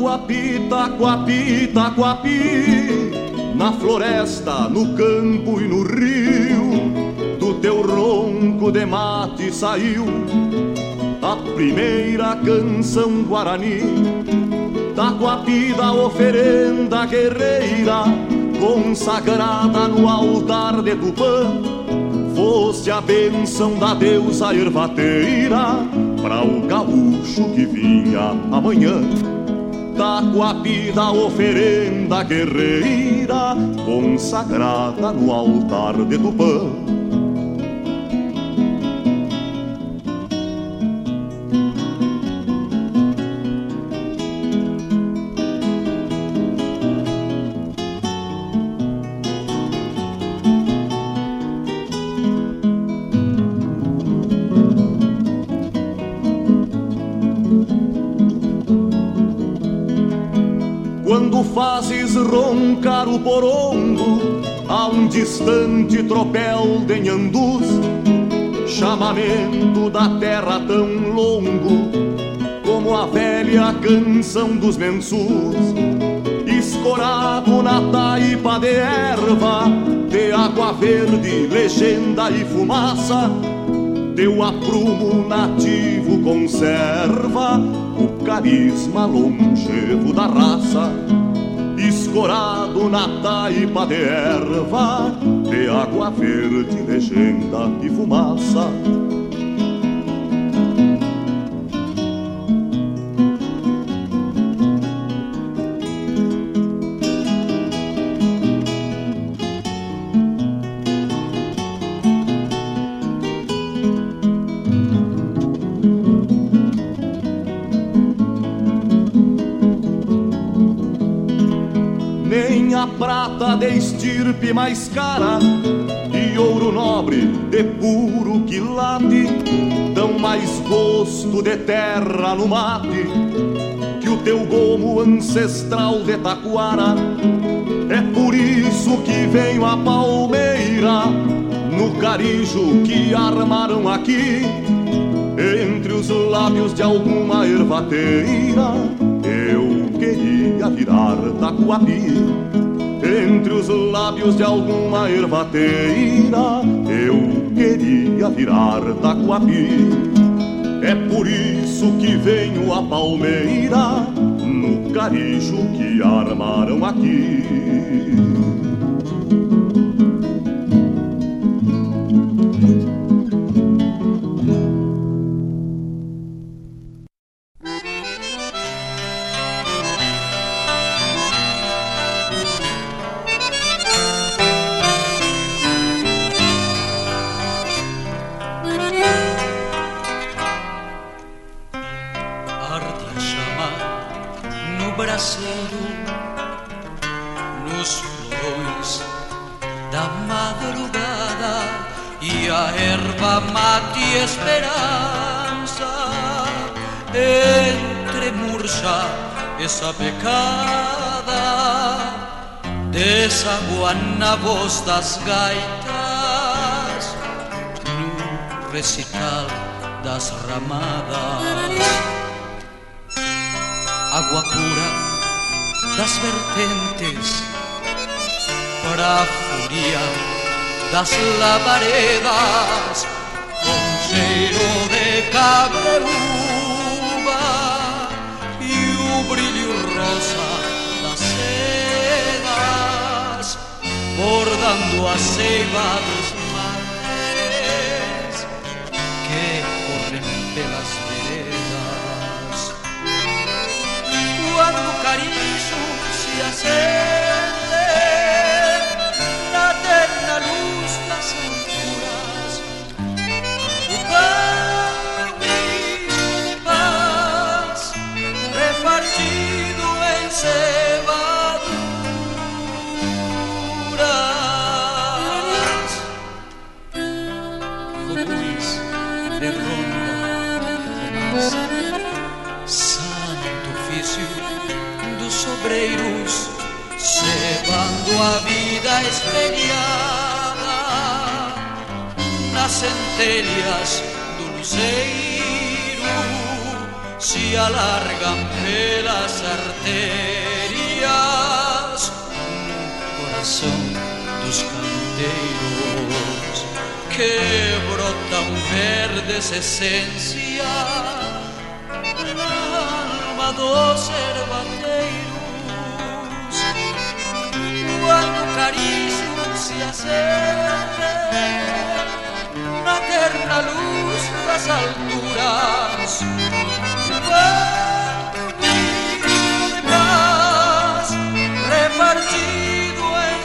Taquapi, Taquapi, Taquapi, na floresta, no campo e no rio, do teu ronco de mate saiu a primeira canção guarani. Taquapi da oferenda guerreira, consagrada no altar de Tupã, foste a bênção da deusa ervateira para o gaúcho que vinha amanhã. Taquapi da oferenda guerreira, consagrada no altar de Tupã. Fazes roncar o porongo a um distante tropel de nhandus, chamamento da terra tão longo como a velha canção dos mensus. Escorado na taipa de erva, de água verde, legenda e fumaça, teu aprumo nativo conserva o carisma longevo da raça. Escorado na taipa de erva, de água verde, legenda e fumaça. Prata de estirpe mais cara e ouro nobre de puro quilate dão mais gosto de terra no mate que o teu gomo ancestral de taquara. É por isso que venho a palmeira no carijo que armaram aqui entre os lábios de alguma ervateira. Eu queria virar taquapi entre os lábios de alguma ervateira, eu queria virar taquapi. É por isso que venho a palmeira no carijo que armaram aqui. Esa pecada desaguan na voz das gaitas no recital das ramadas. Agua pura das vertentes para a furia das lavaredas, con cheiro de cabreúva brilho rosa das sedas, bordando a ceiba dos mares que corren pelas veredas. Quando o cariço se acende na terna luz das alturas, o pão de paz repartido em cevaduras, fogões de ronda de massa, santo ofício dos sobreiros, cebando a vida espelhada nas centelhas do luzeiro, se alargan pelas arterias no corazón dos canteiros que brotan verdes esencias na alma dos herbateiros. Quando o carício se acende na terna luz das alturas, quando vinho de paz repartido em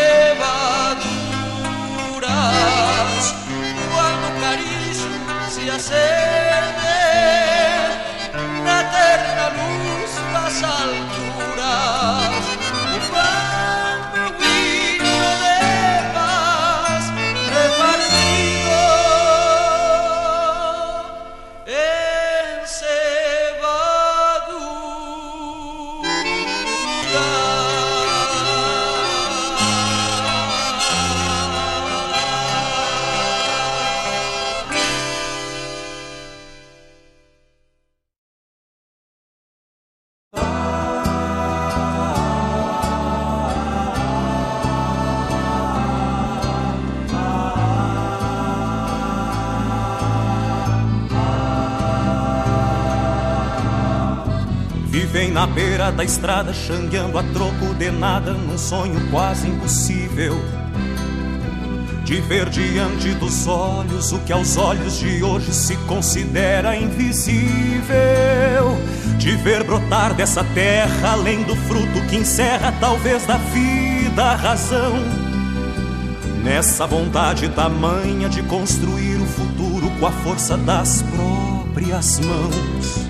cevaduras, quando o carício se acende na terna luz das alturas, quando vinho de paz repartido em Vivem na beira da estrada, xangueando a troco de nada, num sonho quase impossível de ver diante dos olhos o que aos olhos de hoje se considera invisível, de ver brotar dessa terra, além do fruto que encerra talvez da vida a razão, nessa vontade tamanha de construir o futuro com a força das próprias mãos.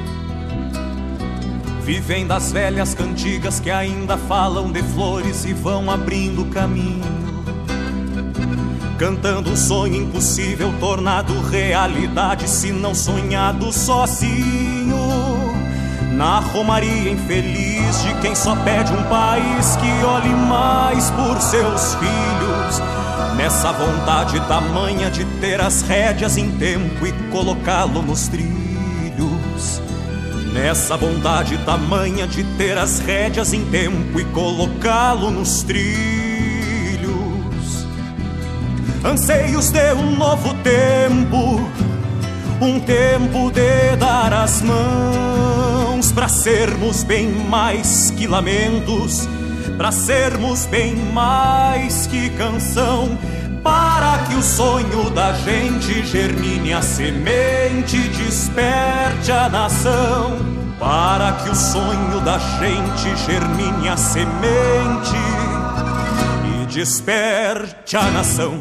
Vivem das velhas cantigas que ainda falam de flores e vão abrindo caminho, cantando um sonho impossível tornado realidade, se não sonhado sozinho, na romaria infeliz de quem só pede um país que olhe mais por seus filhos, nessa vontade tamanha de ter as rédeas em tempo e colocá-lo nos trilhos, nessa vontade tamanha de ter as rédeas em tempo e colocá-lo nos trilhos. Anseios de um novo tempo, um tempo de dar as mãos, pra sermos bem mais que lamentos, pra sermos bem mais que canção, para que o sonho da gente germine a semente e desperte a nação, para que o sonho da gente germine a semente e desperte a nação.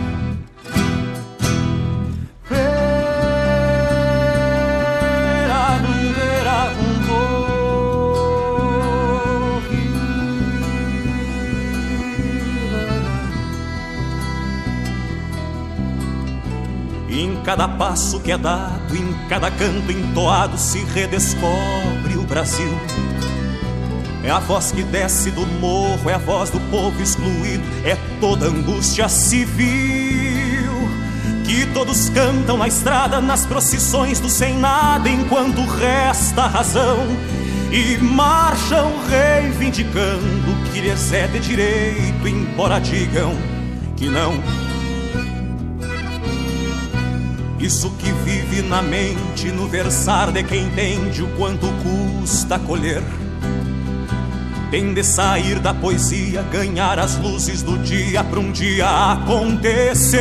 Em cada passo que é dado, em cada canto entoado, se redescobre o Brasil. É a voz que desce do morro, é a voz do povo excluído, é toda angústia civil que todos cantam na estrada, nas procissões do sem nada, enquanto resta a razão, e marcham reivindicando o que lhes é de direito, embora digam que não. Isso que vive na mente, no versar de quem entende o quanto custa colher, tem de sair da poesia, ganhar as luzes do dia pra um dia acontecer.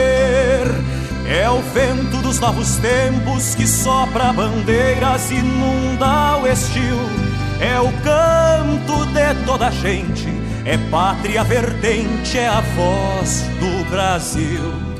É o vento dos novos tempos que sopra bandeiras, inunda o estio. É o canto de toda a gente, é pátria vertente, é a voz do Brasil.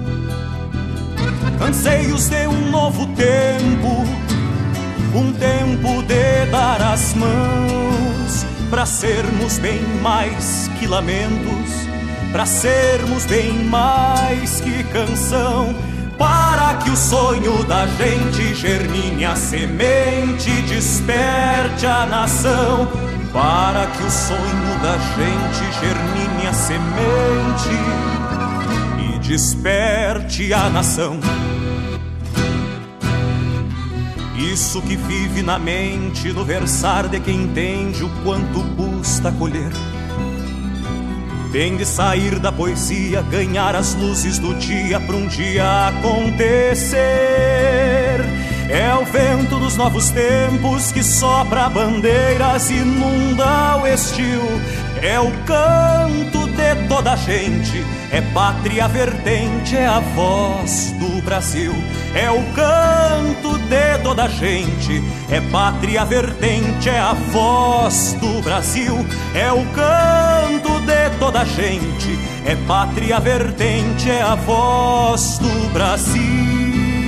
Anseios de um novo tempo, um tempo de dar as mãos, pra sermos bem mais que lamentos, pra sermos bem mais que canção, para que o sonho da gente germine a semente e desperte a nação, para que o sonho da gente germine a semente e desperte a nação. Isso que vive na mente, no versar de quem entende o quanto custa colher. Vem de sair da poesia, ganhar as luzes do dia pra um dia acontecer. É o vento dos novos tempos que sopra bandeiras, inunda o estio. É o canto de toda a gente, é pátria vertente, é a voz do Brasil. É o canto de toda a gente, é pátria vertente, é a voz do Brasil. É o canto de toda a gente, é pátria vertente, é a voz do Brasil.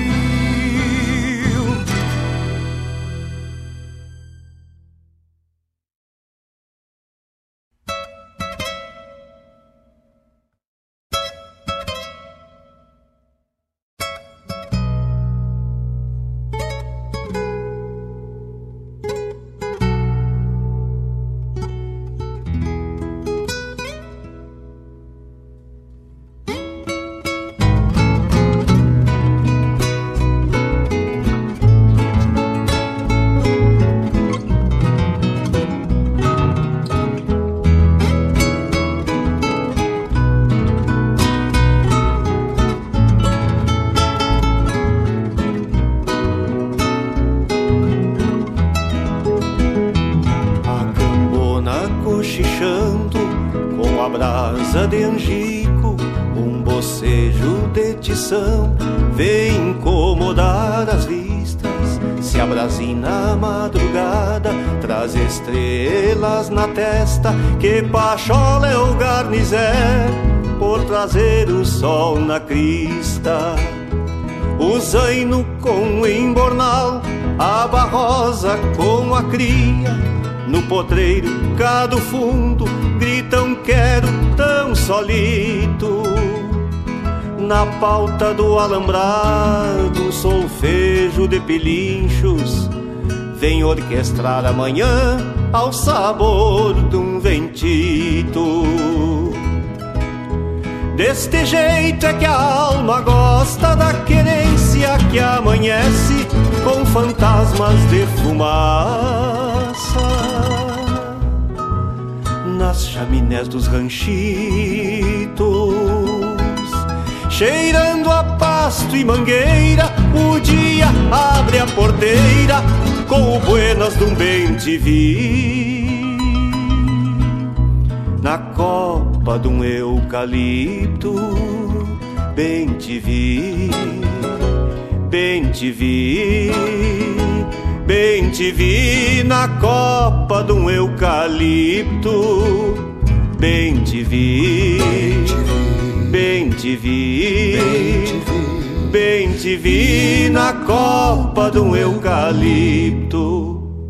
De angico, um bocejo de tição vem incomodar as vistas. Se abrasina a madrugada, traz estrelas na testa. Que pachola é o garnizé por trazer o sol na crista. O zaino com o embornal, a barrosa com a cria. No potreiro, cá do fundo, gritam quero tão solito. Na pauta do alambrado, um solfejo de pilinchos vem orquestrar amanhã ao sabor de um ventito. Deste jeito é que a alma gosta da querência que amanhece com fantasmas de fumaça nas chaminés dos ranchitos, cheirando a pasto e mangueira. O dia abre a porteira com o buenas de um bem-te-vi. Na copa de um eucalipto, bem-te-vi, bem-te-vi, bem-te-vi. Na copa de um eucalipto, bem-te-vi, bem-te-vi, bem-te-vi. Na copa de um eucalipto.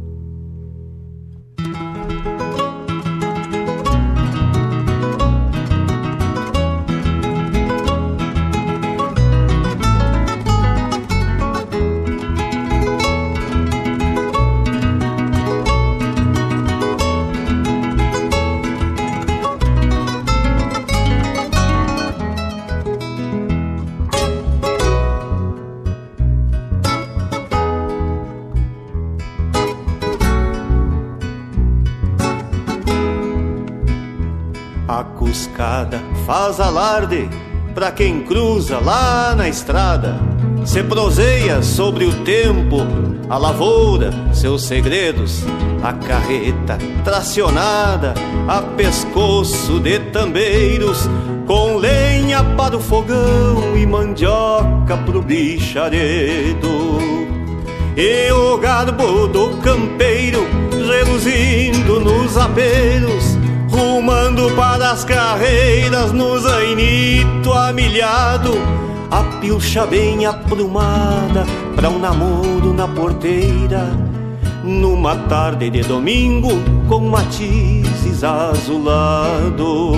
Faz alarde pra quem cruza lá na estrada, se proseia sobre o tempo, a lavoura, seus segredos, a carreta tracionada a pescoço de tambeiros, com lenha para o fogão e mandioca pro bicharedo. E o garbo do campeiro reluzindo nos aperos, rumando para as carreiras no zainito amilhado. A pilcha bem aprumada pra um namoro na porteira, numa tarde de domingo com matizes azulados.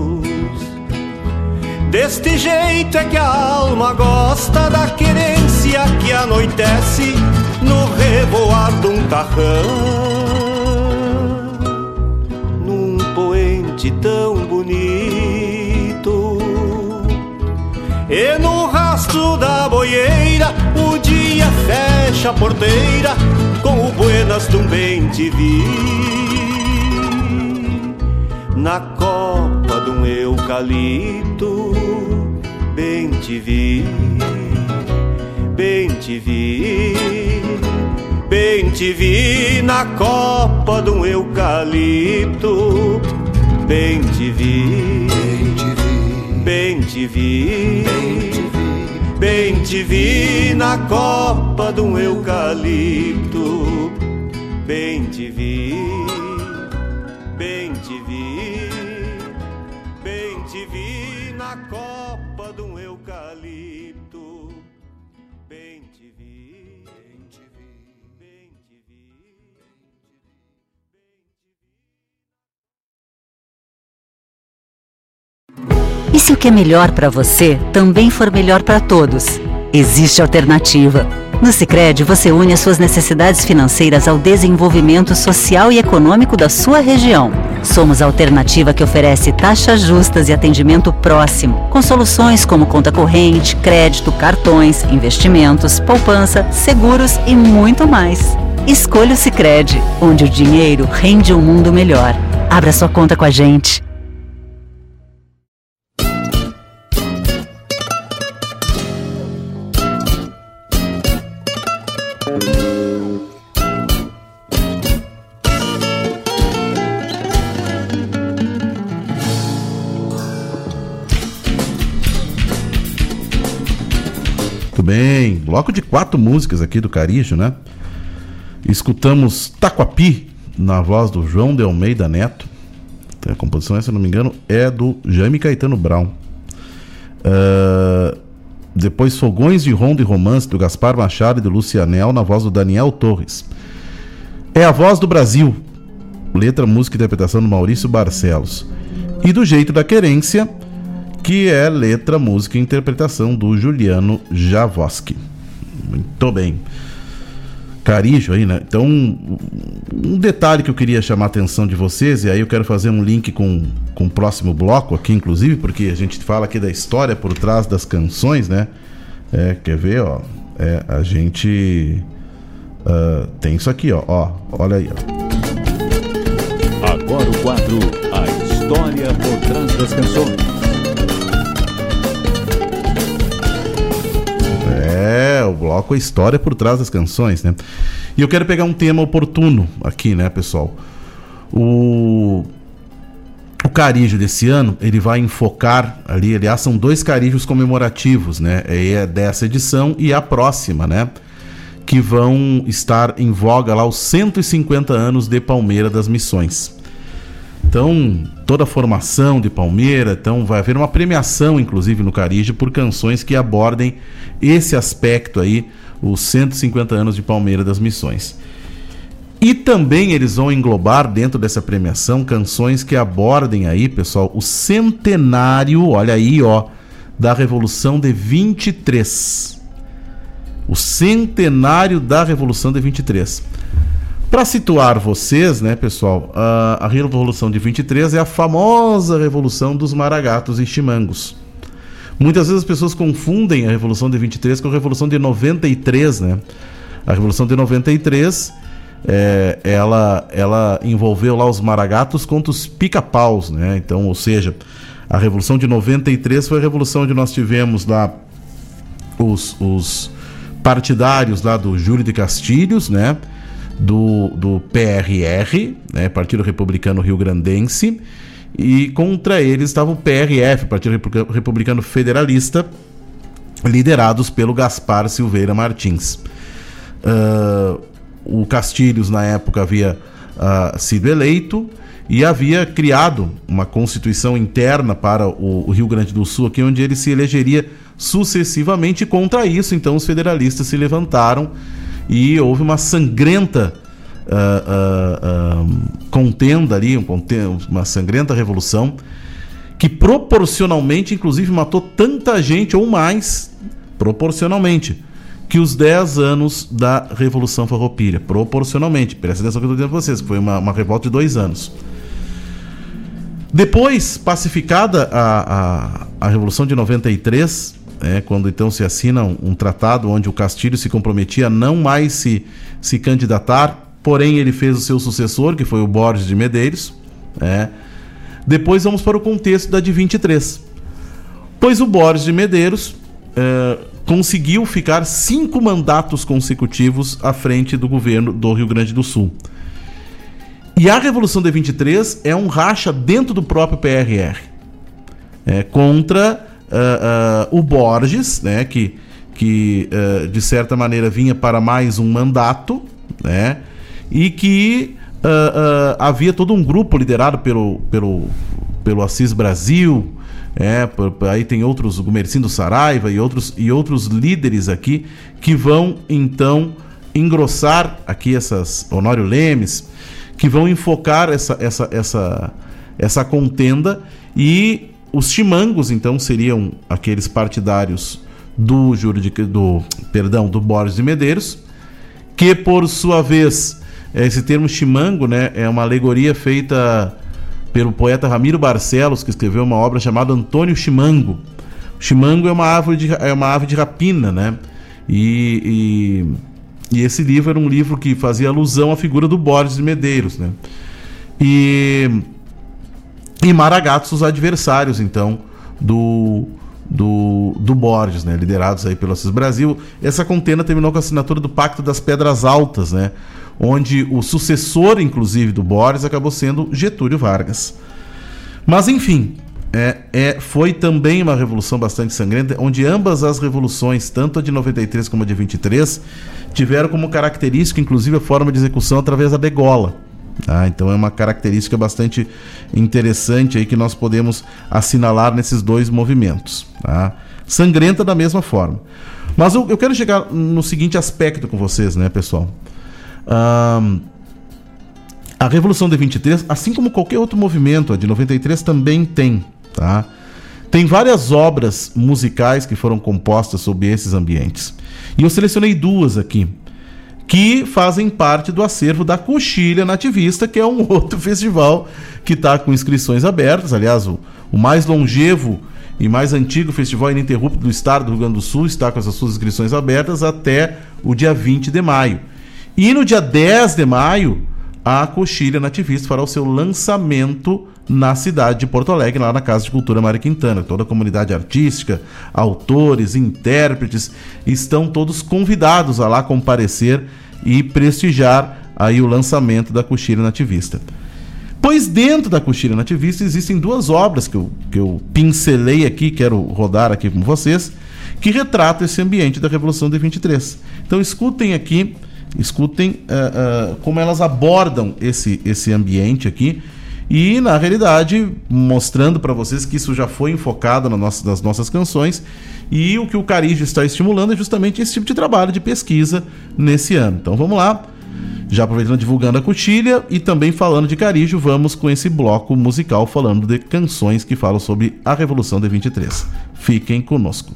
Deste jeito é que a alma gosta da querência que anoitece no revoar de um tarrão, tão bonito. E no rastro da boieira o dia fecha fecha a porteira com o buenas de um bem te vi. Na copa de um eucalipto, bem te vi, bem te vi, bem te vi. Na copa de um eucalipto, bem te vi, bem te vi, bem te vi. Na copa de um eucalipto, bem te vi, bem te vi, bem te vi. Na copa de um eucalipto, bem te vi, bem te vi, bem te vi. E se o que é melhor para você também for melhor para todos? Existe alternativa. No Sicredi, você une as suas necessidades financeiras ao desenvolvimento social e econômico da sua região. Somos a alternativa que oferece taxas justas e atendimento próximo, com soluções como conta corrente, crédito, cartões, investimentos, poupança, seguros e muito mais. Escolha o Sicredi, onde o dinheiro rende um mundo melhor. Abra sua conta com a gente. Bem, bloco de quatro músicas aqui do Carijo, né? Escutamos Taquapi, na voz do João de Almeida Neto. A composição, se eu não me engano, é do Jaime Caetano Brown. Uh, depois Fogões de Ronda e Romance, do Gaspar Machado e do Lucianel, na voz do Daniel Torres. É a Voz do Brasil, letra, música e interpretação do Maurício Barcelos. E do Jeito da Querência, que é letra, música e interpretação do Juliano Javoski. Muito bem. Carijo aí, né? Então, um detalhe que eu queria chamar a atenção de vocês, e aí eu quero fazer um link com, com o próximo bloco aqui, inclusive, porque a gente fala aqui da história por trás das canções, né? É, quer ver, ó? É, a gente uh, tem isso aqui, ó, ó. Olha aí, ó. Agora o quadro A História por Trás das Canções. É, o bloco A História por Trás das Canções, né? E eu quero pegar um tema oportuno aqui, né, pessoal? O, o Carijo desse ano, ele vai enfocar ali, aliás, são dois carijos comemorativos, né? É dessa edição e a próxima, né? Que vão estar em voga lá os cento e cinquenta anos de Palmeira das Missões. Então, toda a formação de Palmeira, então vai haver uma premiação, inclusive, no Carijo, por canções que abordem esse aspecto aí, os cento e cinquenta anos de Palmeira das Missões. E também eles vão englobar dentro dessa premiação canções que abordem aí, pessoal, o centenário, olha aí, ó, da Revolução de vinte e três. O centenário da Revolução de vinte e três. Para situar vocês, né, pessoal, a, a Revolução de vinte e três é a famosa Revolução dos Maragatos e Chimangos. Muitas vezes as pessoas confundem a Revolução de vinte e três com a Revolução de noventa e três, né? A Revolução de noventa e três, é, ela, ela envolveu lá os maragatos contra os pica-paus, né? Então, ou seja, a Revolução de noventa e três foi a revolução onde nós tivemos lá os, os partidários lá do Júlio de Castilhos, né? Do, do P R R, né, Partido Republicano Rio-Grandense, e contra eles estava o P R F, Partido Republicano Federalista, liderados pelo Gaspar Silveira Martins. Uh, o Castilhos, na época, havia uh, sido eleito e havia criado uma constituição interna para o, o Rio Grande do Sul, aqui onde ele se elegeria sucessivamente. Contra isso, então, os federalistas se levantaram e houve uma sangrenta uh, uh, uh, contenda ali, um, uma sangrenta revolução que proporcionalmente, inclusive, matou tanta gente ou mais, proporcionalmente, que os dez anos da Revolução Farroupilha. Proporcionalmente. Presta atenção que eu estou dizendo para vocês, foi uma, uma revolta de dois anos. Depois, pacificada a, a, a Revolução de noventa e três, é, quando então se assina um, um tratado onde o Castilho se comprometia a não mais se, se candidatar, porém ele fez o seu sucessor, que foi o Borges de Medeiros. É. Depois vamos para o contexto da de vinte e três. Pois o Borges de Medeiros é, conseguiu ficar cinco mandatos consecutivos à frente do governo do Rio Grande do Sul. E a Revolução de vinte e três é um racha dentro do próprio P R R. É, contra uh, uh, o Borges, né, que, que uh, de certa maneira vinha para mais um mandato, né, e que uh, uh, havia todo um grupo liderado pelo, pelo, pelo Assis Brasil. É, aí tem outros, o Gumercindo Saraiva e outros, e outros líderes aqui que vão então engrossar aqui essas, Honório Lemes, que vão enfocar essa, essa, essa, essa contenda, e os chimangos então seriam aqueles partidários do, juridic, do, perdão, do Borges de Medeiros, que por sua vez, esse termo chimango, né, é uma alegoria feita pelo poeta Ramiro Barcelos, que escreveu uma obra chamada Antônio Chimango. O chimango é uma árvore de, é uma ave de rapina, né? E, e, e esse livro era um livro que fazia alusão à figura do Borges de Medeiros, né? E, e maragatos, os adversários, então, do, do, do Borges, né? Liderados aí pelo Assis Brasil. Essa contenda terminou com a assinatura do Pacto das Pedras Altas, né? Onde o sucessor, inclusive, do Borges acabou sendo Getúlio Vargas. Mas, enfim, é, é, foi também uma revolução bastante sangrenta, onde ambas as revoluções, tanto a de noventa e três como a de vinte e três, tiveram como característica, inclusive, a forma de execução através da degola. Tá? Então é uma característica bastante interessante aí que nós podemos assinalar nesses dois movimentos. Tá? Sangrenta da mesma forma. Mas eu, eu quero chegar no seguinte aspecto com vocês, né, pessoal? Um, a Revolução de vinte e três, assim como qualquer outro movimento, a de noventa e três também tem, tá? Tem várias obras musicais que foram compostas sob esses ambientes. E eu selecionei duas aqui, que fazem parte do acervo da Coxilha Nativista, que é um outro festival que está com inscrições abertas. Aliás, o, o mais longevo e mais antigo festival ininterrupto do estado do Rio Grande do Sul está com essas suas inscrições abertas até o dia vinte de maio. E no dia dez de maio, a Coxilha Nativista fará o seu lançamento na cidade de Porto Alegre, lá na Casa de Cultura Mário Quintana. Toda a comunidade artística, autores, intérpretes, estão todos convidados a lá comparecer e prestigiar aí o lançamento da Coxilha Nativista. Pois dentro da Coxilha Nativista existem duas obras que eu, que eu pincelei aqui, quero rodar aqui com vocês, que retratam esse ambiente da Revolução de vinte e três. Então escutem aqui, escutem uh, uh, como elas abordam esse, esse ambiente aqui, e na realidade mostrando para vocês que isso já foi enfocado na nossa, nas nossas canções, e o que o Carijo está estimulando é justamente esse tipo de trabalho de pesquisa nesse ano. Então vamos lá, já aproveitando, divulgando a Coxilha e também falando de Carijo, vamos com esse bloco musical falando de canções que falam sobre a Revolução de vinte e três. Fiquem conosco.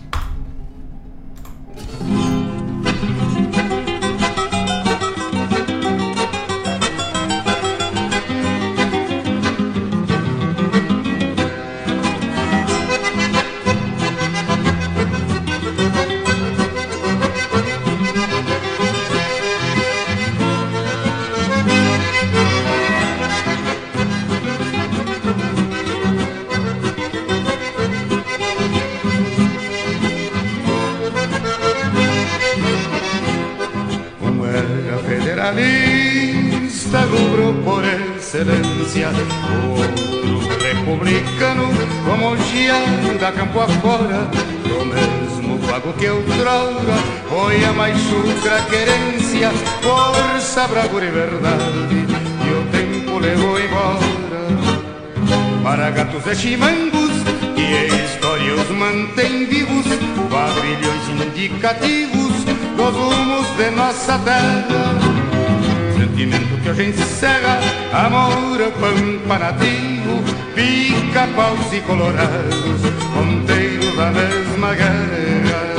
Outro republicano, como anda campo afora, do mesmo vago que outrora foi a mais chucra querência, força, bravura e verdade, e o tempo levou embora. Para gatos e chimangos, que a história os mantém vivos, quadrilhões indicativos dos rumos de nossa terra. Sentimento que hoje encerra amor, pampa nativo, pica-paus e colorados, ponteiros da mesma guerra.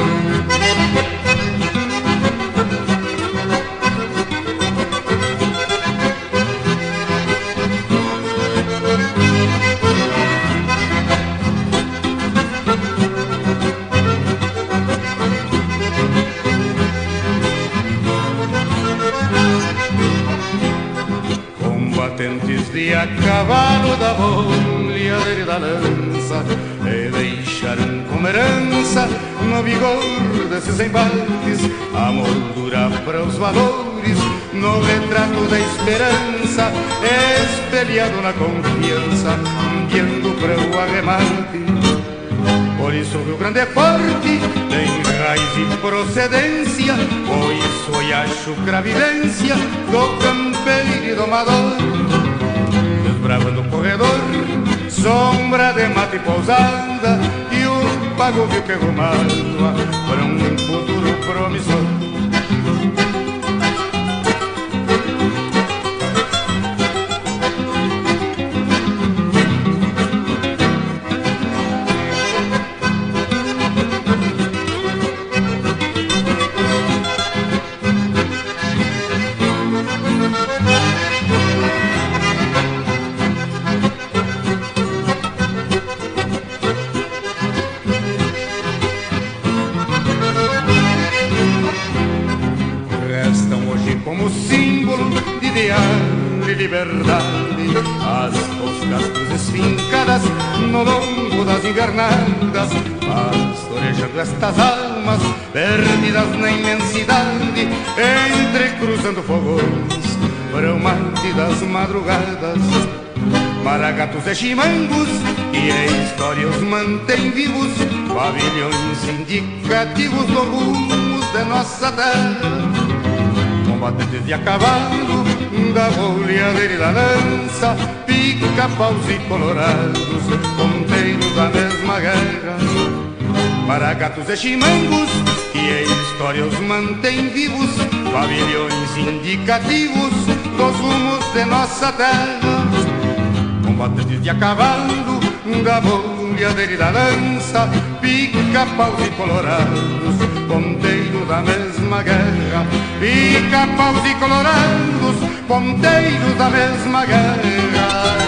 de a cavalo da bolha da lança e deixaram como herança no vigor desses embates a moldura para os valores no retrato da esperança espelhado na confiança guiando para o arremate. Por isso o Rio Grande é forte, tem raiz e procedência, por isso eu acho que a vivência do campeiro e domador desbravando o corredor, sombra de mata e pousada, e o pago viu que rumava para um futuro promissor. Liberdade, as toscas cruzes fincadas no longo das invernadas, pastorejando estas almas perdidas na imensidade, entrecruzando fogões para o mate das madrugadas. Maragatos e chimangos e a história os mantém vivos, pavilhões indicativos dos rumos de nossa terra. Combatentes de a cavalo, da bolhadeira e da lança, pica-paus e colorados, ponteiros da mesma guerra. Maragatos e chimangos, que a história os mantém vivos, pavilhões indicativos dos rumos de nossa terra. Combatentes de a cavalo, da bolhadeira e da lança, pica-paus e colorados, ponteiros da mesma guerra. Pica-paus e colorados, ponteiros da mesma guerra.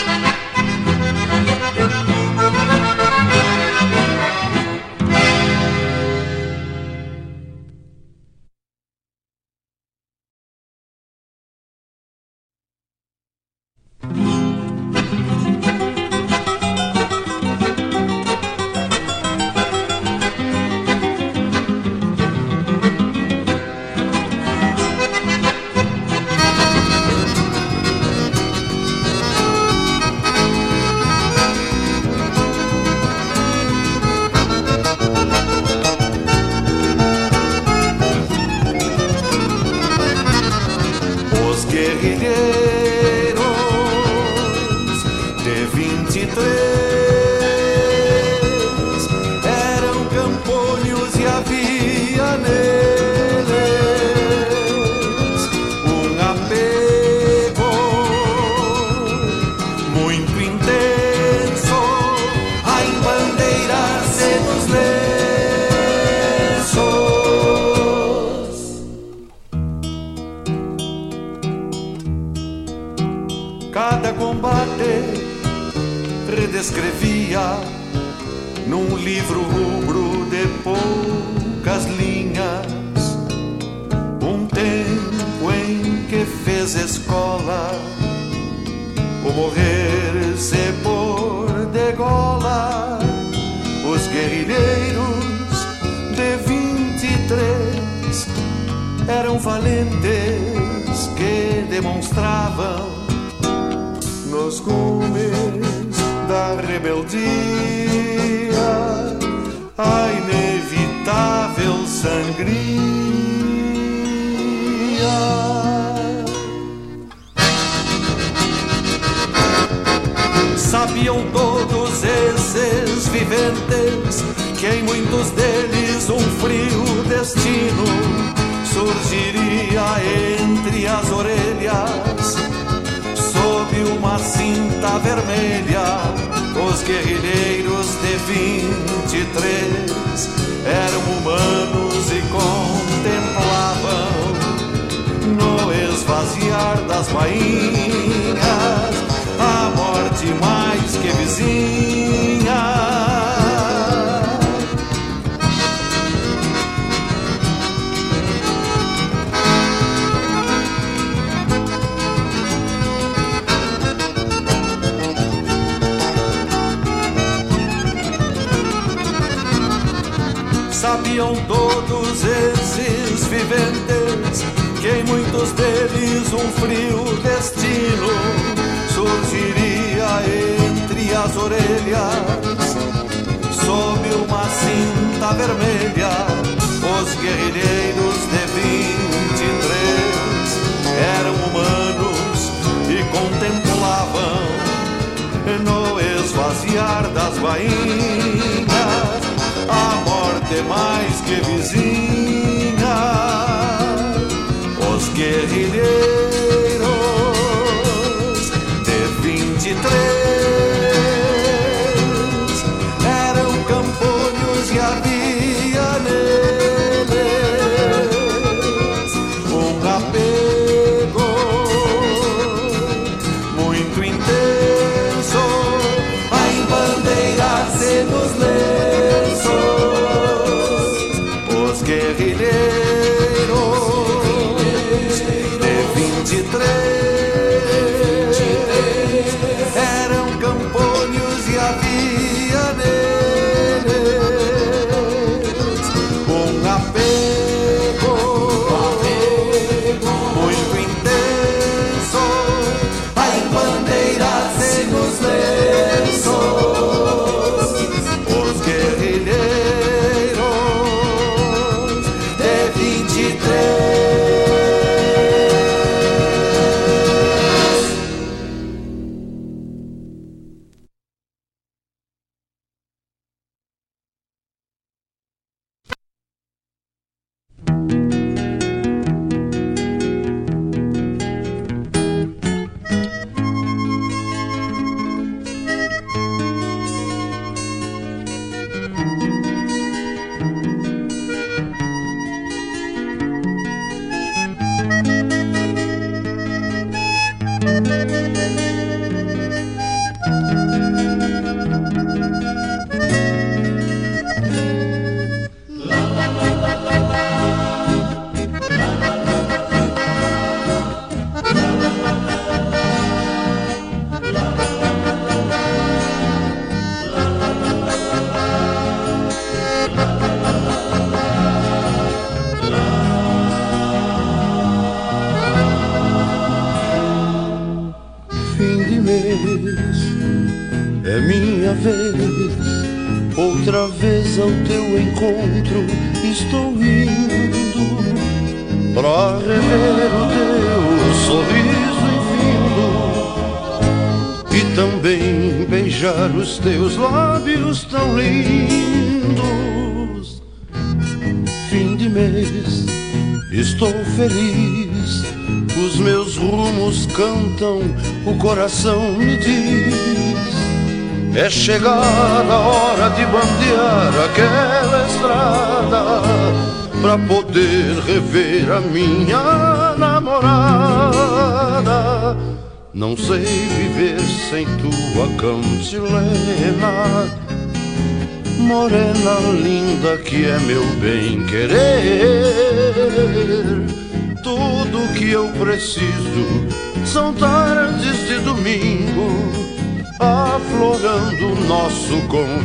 Sabiam todos esses viventes que em muitos deles um frio destino surgiria entre as orelhas, sob uma cinta vermelha. Os guerrilheiros de vinte e três eram humanos e contemplavam no esvaziar das bainhas a morte mais que vizinha. Sabiam todos esses viventes que em muitos deles um frio destino surgiria entre as orelhas. Sob uma cinta vermelha, os guerrilheiros de vinte e três eram humanos e contemplavam no esvaziar das bainhas a morte mais que vizinha. Os guerrilheiros de vinte e três eram campônios e havia neles um apego muito intenso a embandeirar-se nos lenços. Os guerrilheiros eram campônios e havia neles um apego muito intenso a embandeirar-se nos lenços. Os guerrilheiros de vinte e três. É minha vez, outra vez ao teu encontro estou indo pra rever o teu sorriso infindo e também beijar os teus lábios tão lindos. Fim de mês, estou feliz, os meus rumos cantam, o coração me diz: é chegada a hora de bandear aquela estrada pra poder rever a minha namorada. Não sei viver sem tua cantilena, morena linda que é meu bem querer. Tudo que eu preciso são tardes de domingo, aflorando nosso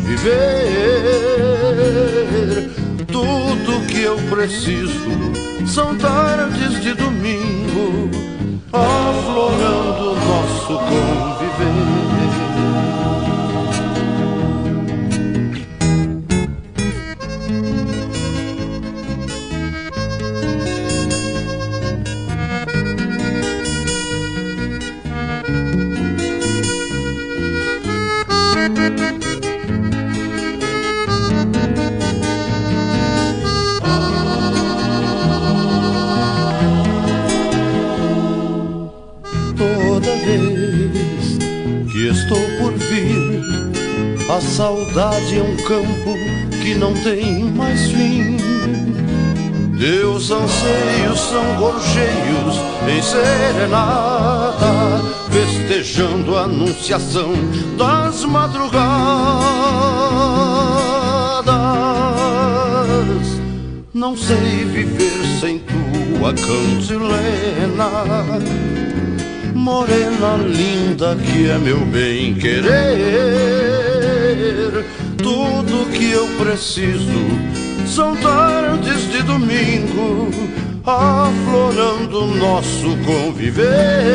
conviver. Tudo que eu preciso são tardes de domingo, aflorando nosso conviver. A saudade é um campo que não tem mais fim. Teus anseios são gorjeios em serenata, festejando a anunciação das madrugadas. Não sei viver sem tua cantilena, morena linda que é meu bem querer. Tudo que eu preciso são tardes de domingo, aflorando nosso conviver.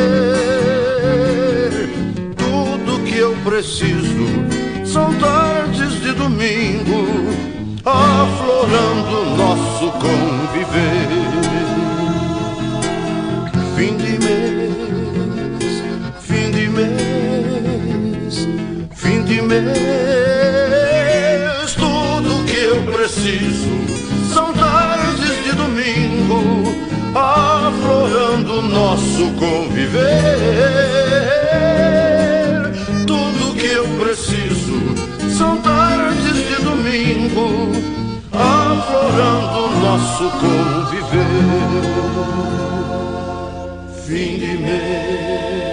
Tudo que eu preciso são tardes de domingo, aflorando nosso conviver. Fim de mês, fim de mês, fim de mês. Tudo que eu preciso são tardes de domingo, aflorando nosso conviver. Tudo que eu preciso são tardes de domingo, aflorando nosso conviver. Fim de mês.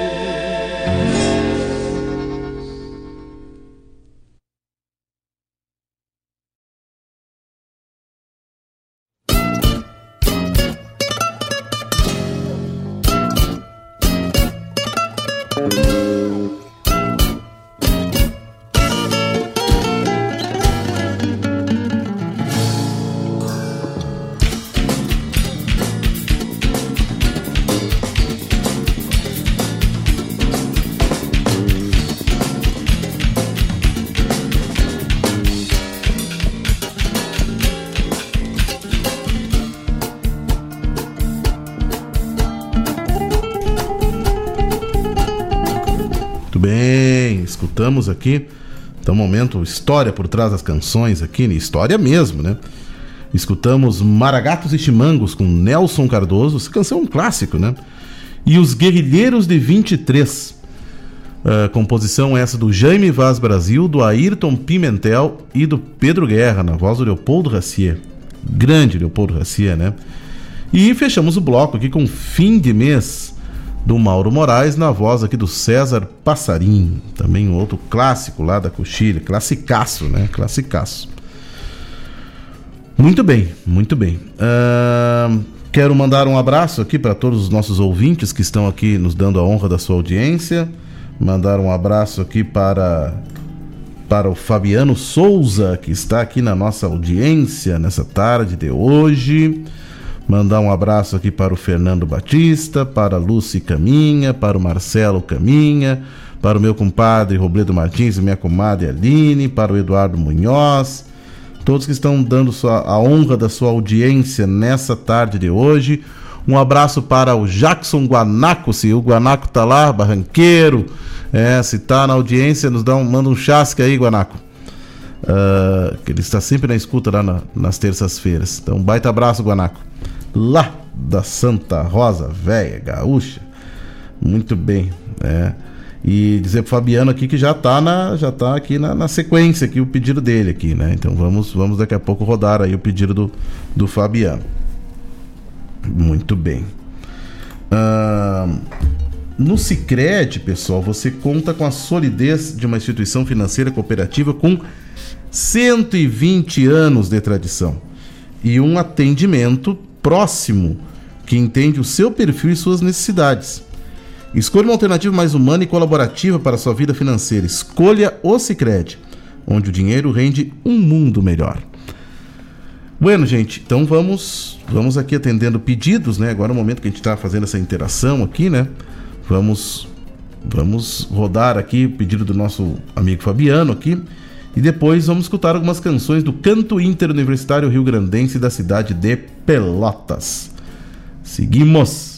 Escutamos aqui, então, um momento, história por trás das canções aqui, história mesmo, né? Escutamos Maragatos e Chimangos com Nelson Cardoso, essa canção é um clássico, né? E Os Guerrilheiros de vinte e três, uh, composição essa do Jaime Vaz Brasil, do Ayrton Pimentel e do Pedro Guerra, na voz do Leopoldo Racier, grande Leopoldo Racier, né? E fechamos o bloco aqui com Fim de Mês, do Mauro Moraes, na voz aqui do César Passarim, também um outro clássico lá da Coxilha, classicaço, né? Classicaço. Muito bem, muito bem. Uh, quero mandar um abraço aqui para todos os nossos ouvintes que estão aqui nos dando a honra da sua audiência. Mandar um abraço aqui para, para o Fabiano Souza, que está aqui na nossa audiência nessa tarde de hoje. Mandar um abraço aqui para o Fernando Batista, para a Lúcia Caminha, para o Marcelo Caminha, para o meu compadre Robledo Martins e minha comadre Aline, para o Eduardo Munhoz, todos que estão dando sua, a honra da sua audiência nessa tarde de hoje. Um abraço para o Jackson Guanaco, se o Guanaco tá lá, barranqueiro, é, se tá na audiência, nos dá um, manda um chasque aí, Guanaco. Uh, que ele está sempre na escuta lá na, nas terças-feiras. Então, um baita abraço, Guanaco. Lá da Santa Rosa Véia, gaúcha. Muito bem, é. E dizer pro Fabiano aqui que já tá, na, já tá aqui na, na sequência aqui o pedido dele aqui, né? Então vamos, vamos daqui a pouco rodar aí o pedido do, do Fabiano. Muito bem. Uh, no Sicredi, pessoal, você conta com a solidez de uma instituição financeira cooperativa com cento e vinte anos de tradição e um atendimento próximo que entende o seu perfil e suas necessidades. Escolha uma alternativa mais humana e colaborativa para a sua vida financeira. Escolha o Sicredi, onde o dinheiro rende um mundo melhor. Bueno, gente, então vamos, vamos aqui atendendo pedidos, né? Agora é o momento que a gente está fazendo essa interação aqui, né? Vamos, vamos rodar aqui o pedido do nosso amigo Fabiano aqui. E depois vamos escutar algumas canções do Canto Interuniversitário Rio Grandense da cidade de Pelotas. Seguimos!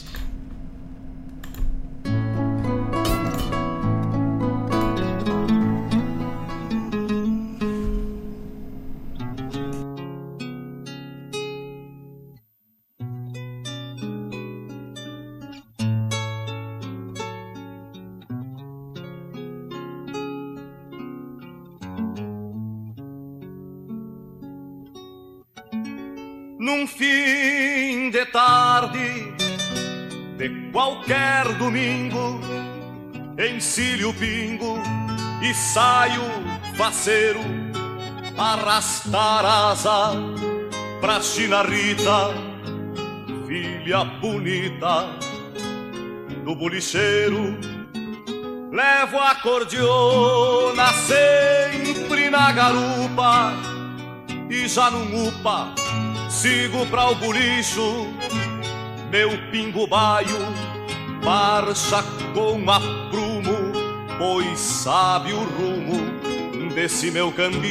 Num fim de tarde de qualquer domingo, encilho o pingo e saio faceiro, arrastar asa pra China Rita, filha bonita do bolicheiro. Levo a cordiona sempre na na garupa e já num upa sigo pra o bolicho. Meu pingo baio marcha com aprumo, pois sabe o rumo desse meu cambicho.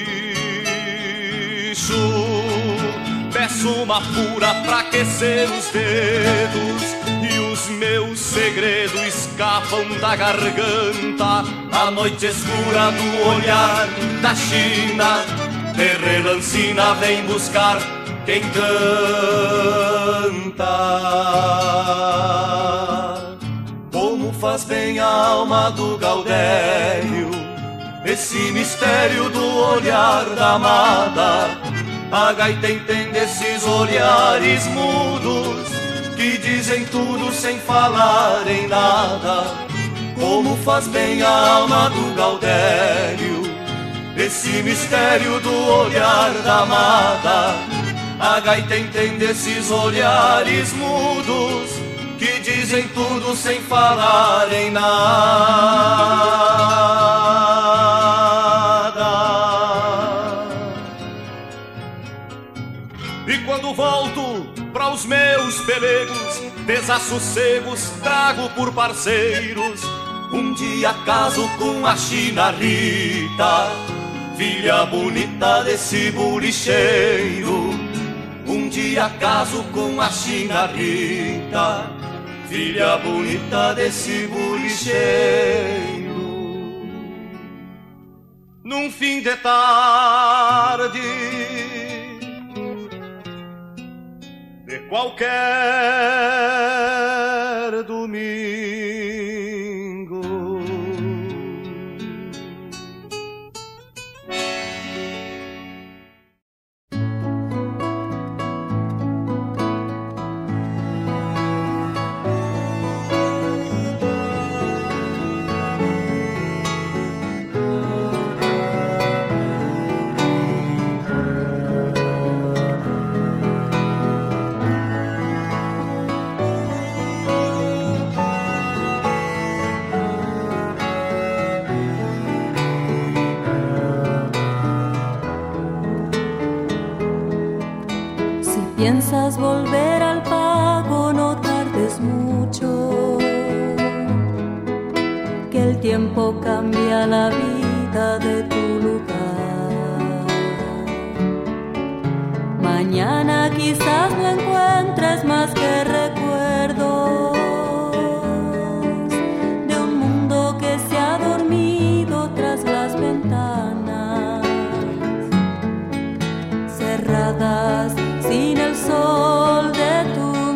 Peço uma pura pra aquecer os dedos e os meus segredos escapam da garganta. A noite escura do olhar da China de relancina vem buscar quem canta. Como faz bem a alma do Gaudério esse mistério do olhar da amada. A gaita entende esses olhares mudos que dizem tudo sem falar em nada. Como faz bem a alma do Gaudério esse mistério do olhar da amada. A gaita entende esses olhares mudos que dizem tudo sem falar em nada. E quando volto para os meus pelegos, desassossegos trago por parceiros. Um dia caso com a China Rita, filha bonita desse bolicheiro. Um dia caso com a China Rita, filha bonita desse bolicheiro. Num fim de tarde de qualquer domingo, piensas volver al pago, no tardes mucho, que el tiempo cambia la vida de tu lugar. Mañana quizás no encuentres más que recuerdos de un mundo que se ha dormido tras las ventanas cerradas, sin el sol de tu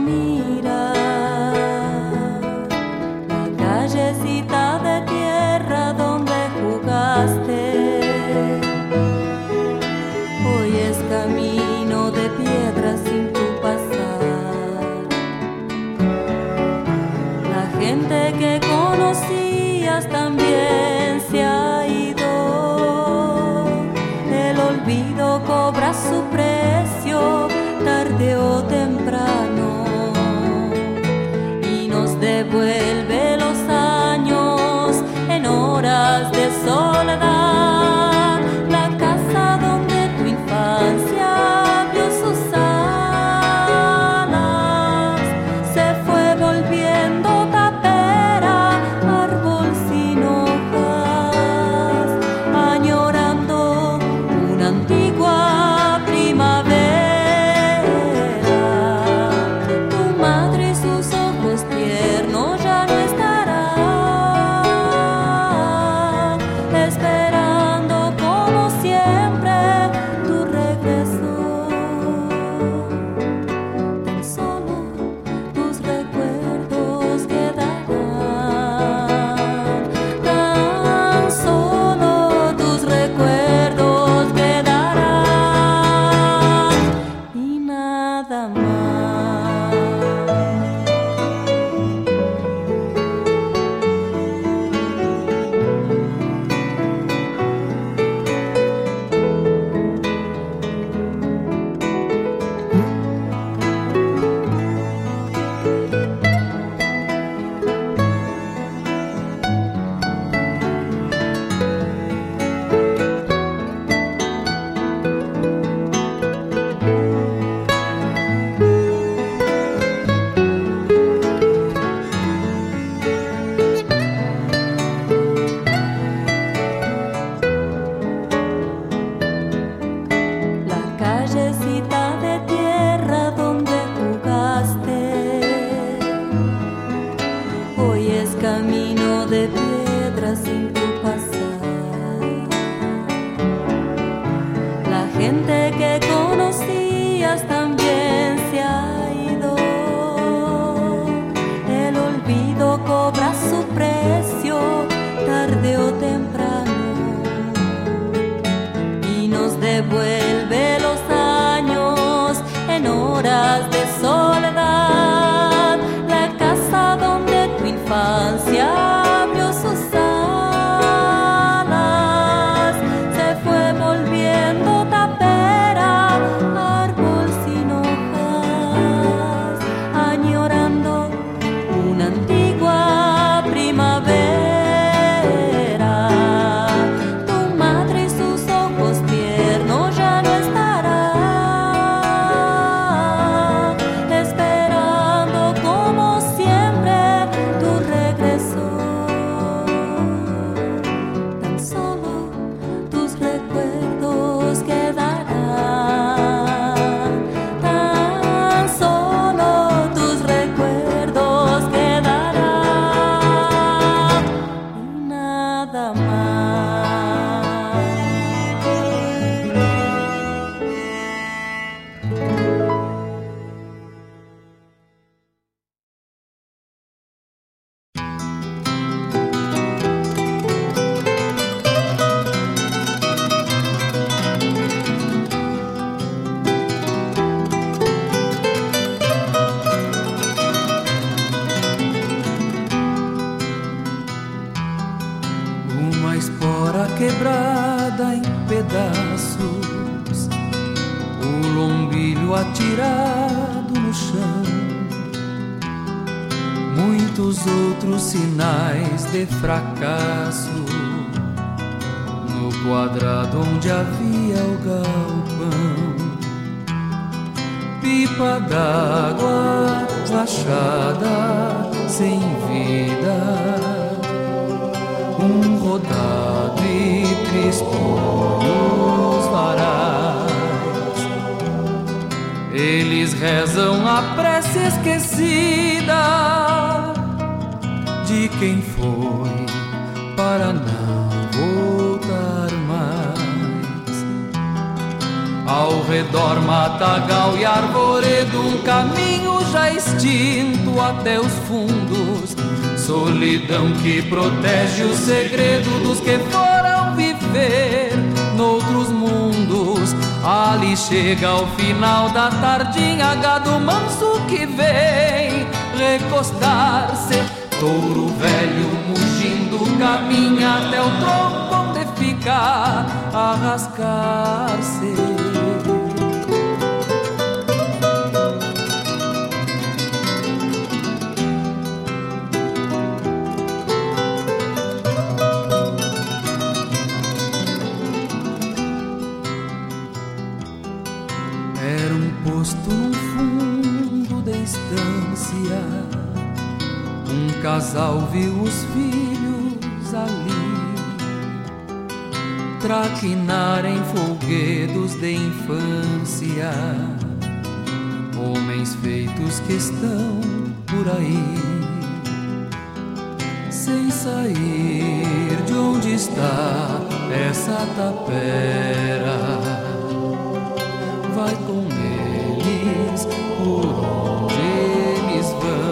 mirar. La callecita de tierra donde jugaste hoy es camino de piedra sin tu pasar. La gente que conocías también se ha ido. El olvido cobra su precio tarde o temprano y nos devuelve los años en horas de soledad. La casa donde tu infancia vio sus alas se fue volviendo tapera, árbol sin hojas, añorando una antigua primavera. espora quebrada em pedaços, o lombilho atirado no chão, muitos outros sinais de fracasso no quadrado onde havia o galpão. Pipa d'água rachada sem vida, um rodado e tristonhos varais. Eles rezam a prece esquecida de quem foi para não voltar mais. Ao redor matagal e arvoredo, um caminho já extinto até os fundos, solidão que protege o segredo dos que foram viver noutros mundos. Ali chega ao final da tardinha, gado manso que vem recostar-se, touro velho mugindo caminha até o tronco onde fica a rascar-se. Era um posto no fundo da estância, um casal viu os filhos ali traquinarem folguedos de infância, homens feitos que estão por aí, sem sair de onde está essa tapera. Vai com eles por onde eles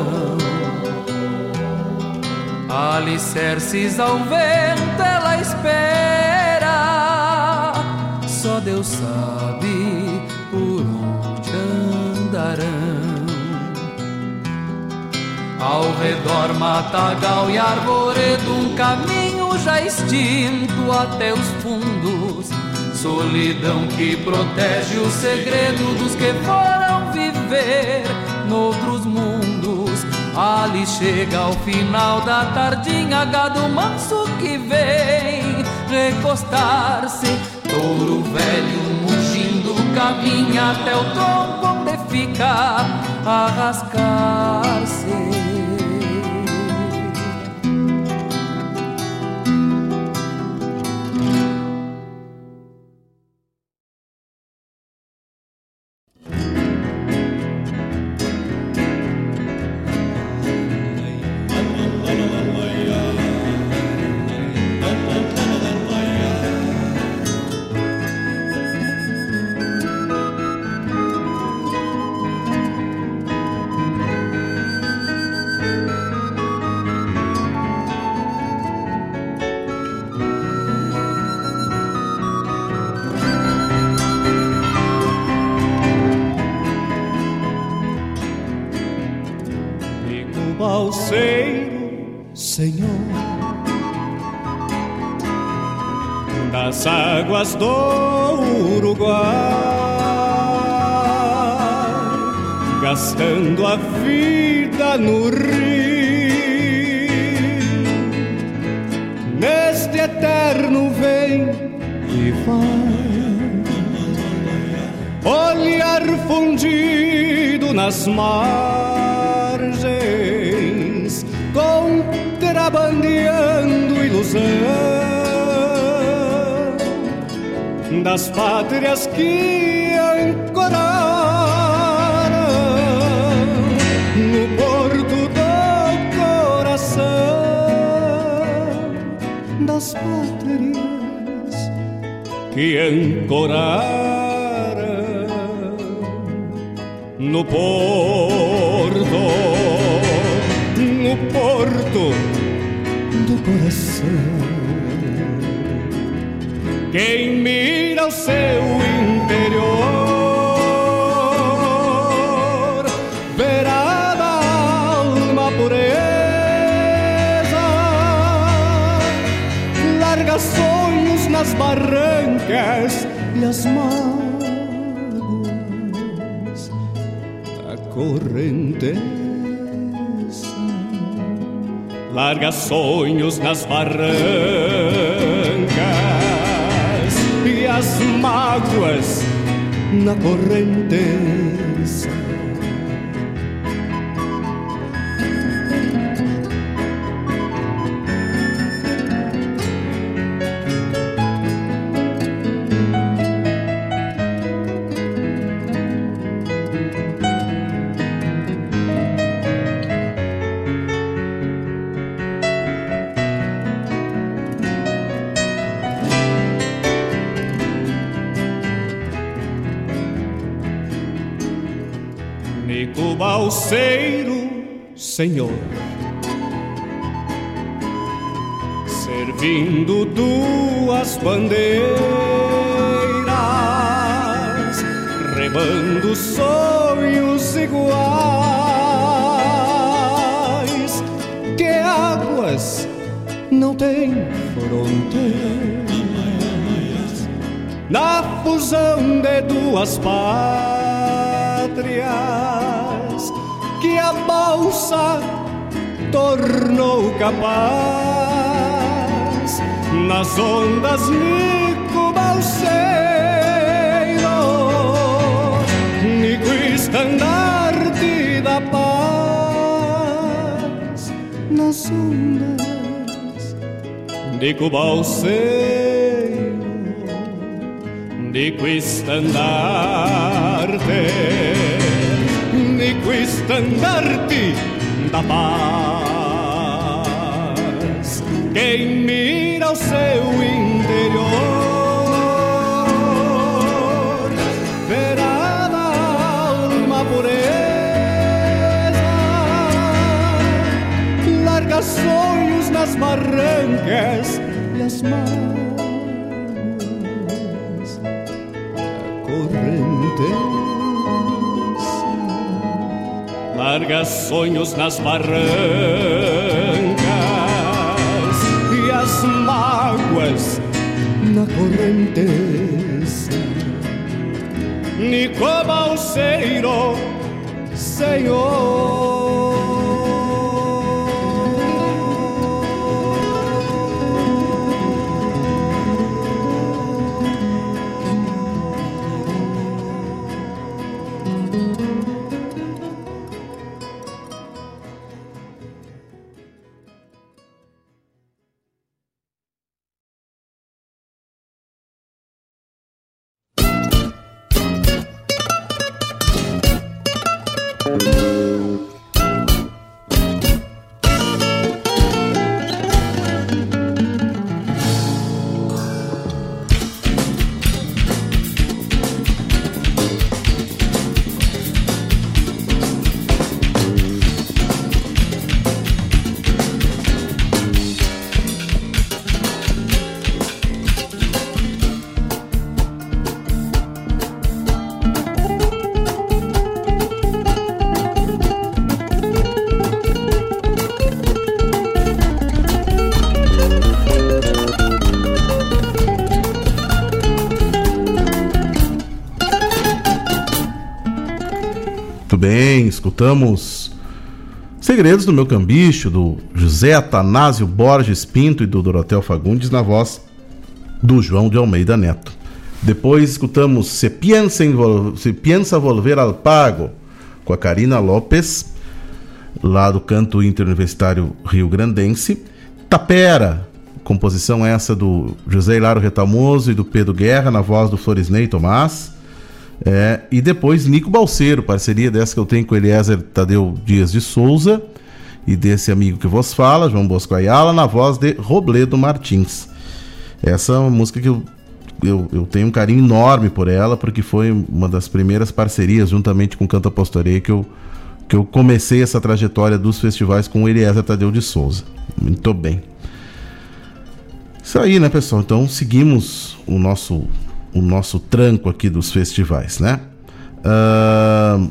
vão, alicerces ao vento ela espera, só Deus sabe por onde andarão. Ao redor matagal e arvoredo, um caminho já extinto até os fundos, solidão que protege o segredo dos que foram viver noutros mundos. Ali chega ao final da tardinha, gado manso que vem recostar-se, touro velho mugindo caminha até o tronco onde fica a rascar-se. Balseiro, Senhor, das águas do Uruguai, gastando a vida no rio, neste eterno vem e vai, olhar fundido nas margens, contrabandeando ilusão das pátrias que ancoraram no porto do coração, das pátrias que ancoraram no porto, no porto do coração. Quem mira o seu interior verá da alma pureza, larga sonhos nas barrancas e as mágoas da correnteza. Larga sonhos nas barrancas e as mágoas na correnteza. Nico Balseiro, senhor, servindo duas bandeiras, remando sonhos iguais, que águas não têm fronteiras, na fusão de duas pátrias que a balsa tornou capaz. Nas ondas Nico Balseiro, Nico estandarte da paz. Nas ondas Nico Balseiro, Nico estandarte, Nico estandarte da paz. Quem mira o seu interior verá na alma pureza. Larga sonhos nas barrancas e as mágoas da correnteza. Larga sonhos nas barrancas e as mágoas na correnteza. Nico Balseiro, senhor. Bem, escutamos Segredos do Meu Cambicho, do José Atanásio Borges Pinto e do Dorotel Fagundes, na voz do João de Almeida Neto. Depois escutamos Se Piensa, Se Piensa Volver al Pago, com a Karina Lopes, lá do Canto Interuniversitário Rio Grandense. Tapera, composição essa do José Hilário Retamoso e do Pedro Guerra, na voz do Florisney Tomás. É, e depois Nico Balseiro, parceria dessa que eu tenho com Eliezer Tadeu Dias de Souza e desse amigo que vos fala, João Bosco Ayala, na voz de Robledo Martins. Essa é uma música que eu, eu, eu tenho um carinho enorme por ela, porque foi uma das primeiras parcerias, juntamente com o Canto Apostorei, que eu, que eu comecei essa trajetória dos festivais com o Eliezer Tadeu de Souza. Muito bem. Isso aí, né, pessoal? Então seguimos o nosso... o nosso tranco aqui dos festivais, né? Uh,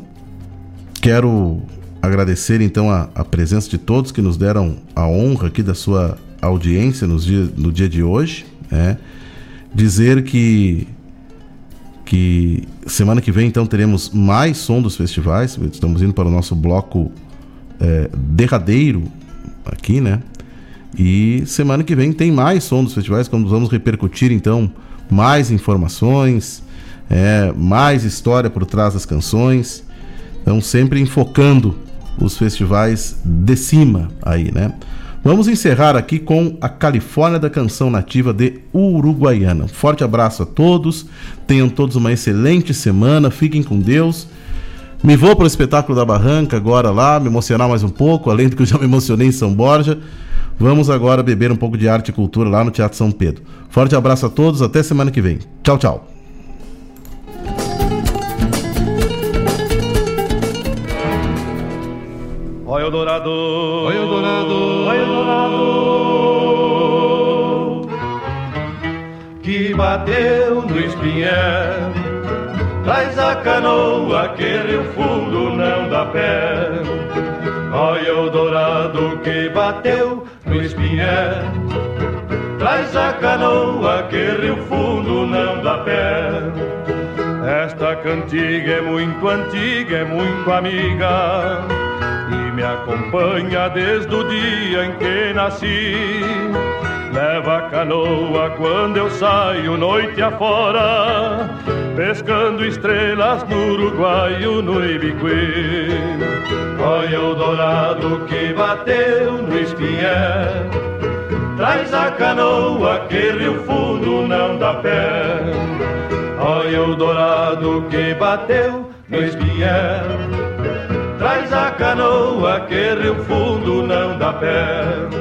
quero agradecer então a, a presença de todos que nos deram a honra aqui da sua audiência nos dia, no dia de hoje. É, dizer que, que semana que vem, então, teremos mais som dos festivais. Estamos indo para o nosso bloco é, derradeiro aqui, né? E semana que vem tem mais som dos festivais, quando vamos repercutir, então, mais informações, é, mais história por trás das canções. Então, sempre enfocando os festivais de cima aí, né? Vamos encerrar aqui com a Califórnia da Canção Nativa de Uruguaiana. Um forte abraço a todos, tenham todos uma excelente semana, fiquem com Deus. Me vou para o espetáculo da Barranca agora lá, me emocionar mais um pouco, além do que eu já me emocionei em São Borja. Vamos agora beber um pouco de arte e cultura lá no Teatro São Pedro. Forte abraço a todos, até semana que vem. Tchau, tchau. Oi, Eldorado! Oi, Eldorado! Oi, Eldorado! Que bateu no espinhel, traz a canoa que rio fundo não dá pé. Oi, Eldorado, que bateu no espinhel, traz a canoa que rio fundo não dá pé. Esta cantiga é muito antiga, é muito amiga, e me acompanha desde o dia em que nasci. Leva a canoa quando eu saio noite afora, pescando estrelas no Uruguaio, no Ibiqui. Olha Eldorado que bateu no espinhel, traz a canoa que rio fundo não dá pé. Olha Eldorado que bateu no espinhel, traz a canoa que rio fundo não dá pé.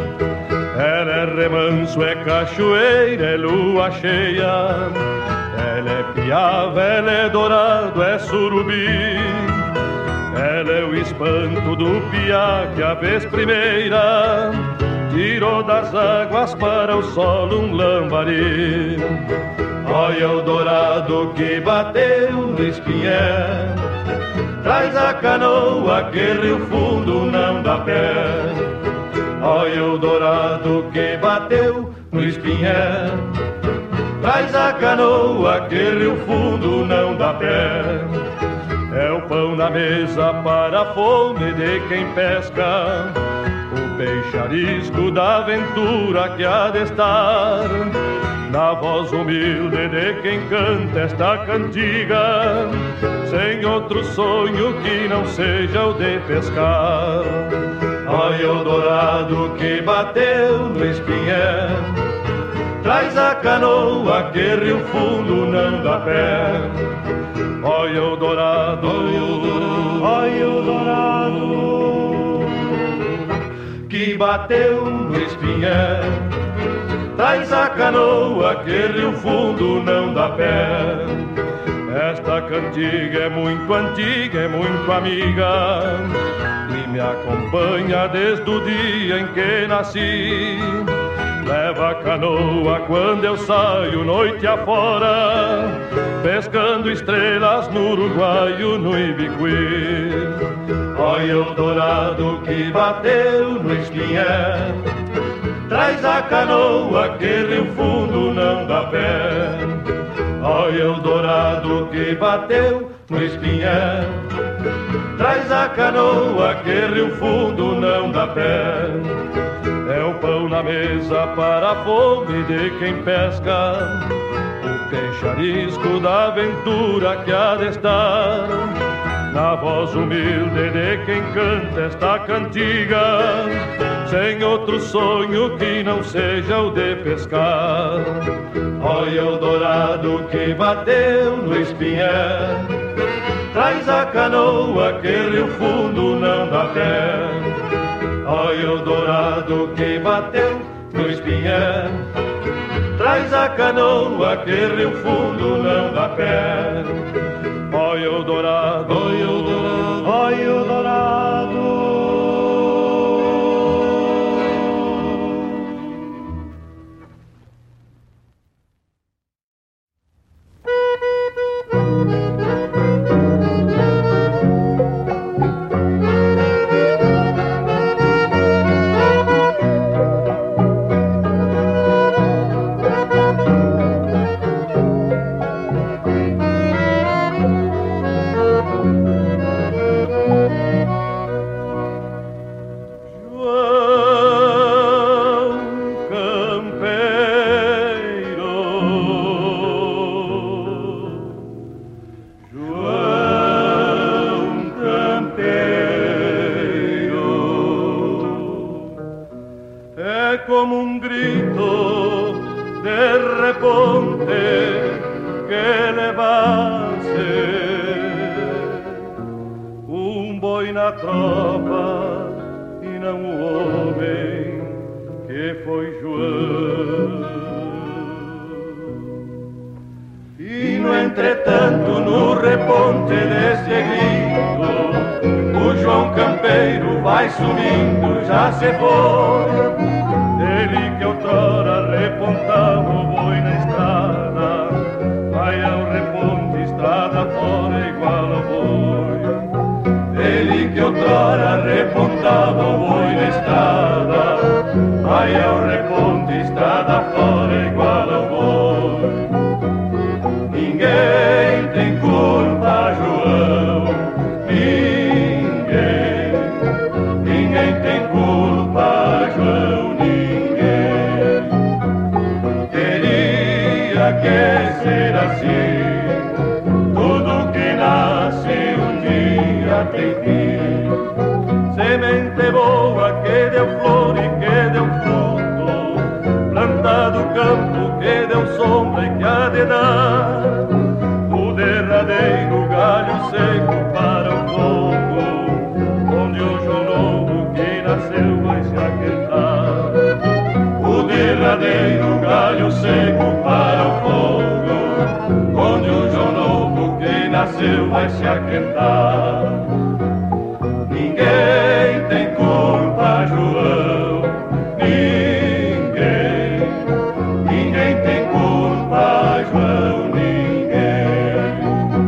Ela é remanso, é cachoeira, é lua cheia, ela é piava, ela é dourado, é surubi. Ela é o espanto do piá que a vez primeira tirou das águas para o solo um lambari. Olha Eldorado que bateu no espinhel, traz a canoa que rio fundo não dá pé. Olha Eldorado que bateu no espinhel, traz a canoa que rio fundo não dá pé. É o pão na mesa para a fome de quem pesca, o peixe arisco da aventura que há de estar na voz humilde de quem canta esta cantiga, sem outro sonho que não seja o de pescar. Olha Eldorado que bateu no espinhel, traz a canoa que rio fundo não dá pé. Olha Eldorado, olha Eldorado, que bateu no espinhel, traz a canoa que rio fundo não dá pé. Esta cantiga é muito antiga, é muito amiga, e me acompanha desde o dia em que nasci. Leva a canoa quando eu saio noite afora, pescando estrelas no Uruguaio, no Ibiqui. Olha Eldorado que bateu no espinhel, traz a canoa que rio fundo não dá pé. Olha Eldorado que bateu no espinhel, traz a canoa que rio fundo não dá pé. É o pão na mesa para a fome de quem pesca, o peixe arisco da aventura que há de estar na voz humilde de quem canta esta cantiga, sem outro sonho que não seja o de pescar. Olha Eldorado que bateu no espinhel, traz a canoa que rio fundo não dá pé. Olha Eldorado que bateu no espinhel, traz a canoa que rio fundo não dá pé. Olha Eldorado, olha Eldorado, olha Eldorado. reponte que levase um boi na tropa e não o homem que foi João. E no entretanto, no reponte desse grito, o João Campeiro vai subindo, já se foi. Ele que outrora repontava o boi na estrada, vai ao reponte, estrada fora igual ao boi. Ele que outrora repontava o boi na estrada, vai ao reponte, estrada fora igual ao boi. Ninguém tem culpa, João, ninguém, ninguém tem culpa, João, ninguém. Teria que ser assim, tudo que nasce um dia tem fim. Semente boa que deu flor e que deu fruto, plantado campo que deu sombra e que há de dar o derradeiro galho seco para o fogo, onde o João novo que nasceu vai se aquentar. O derradeiro galho seco para o fogo, onde o João novo que nasceu vai se aquentar. Ninguém tem culpa, João, ninguém, ninguém tem culpa, João, ninguém.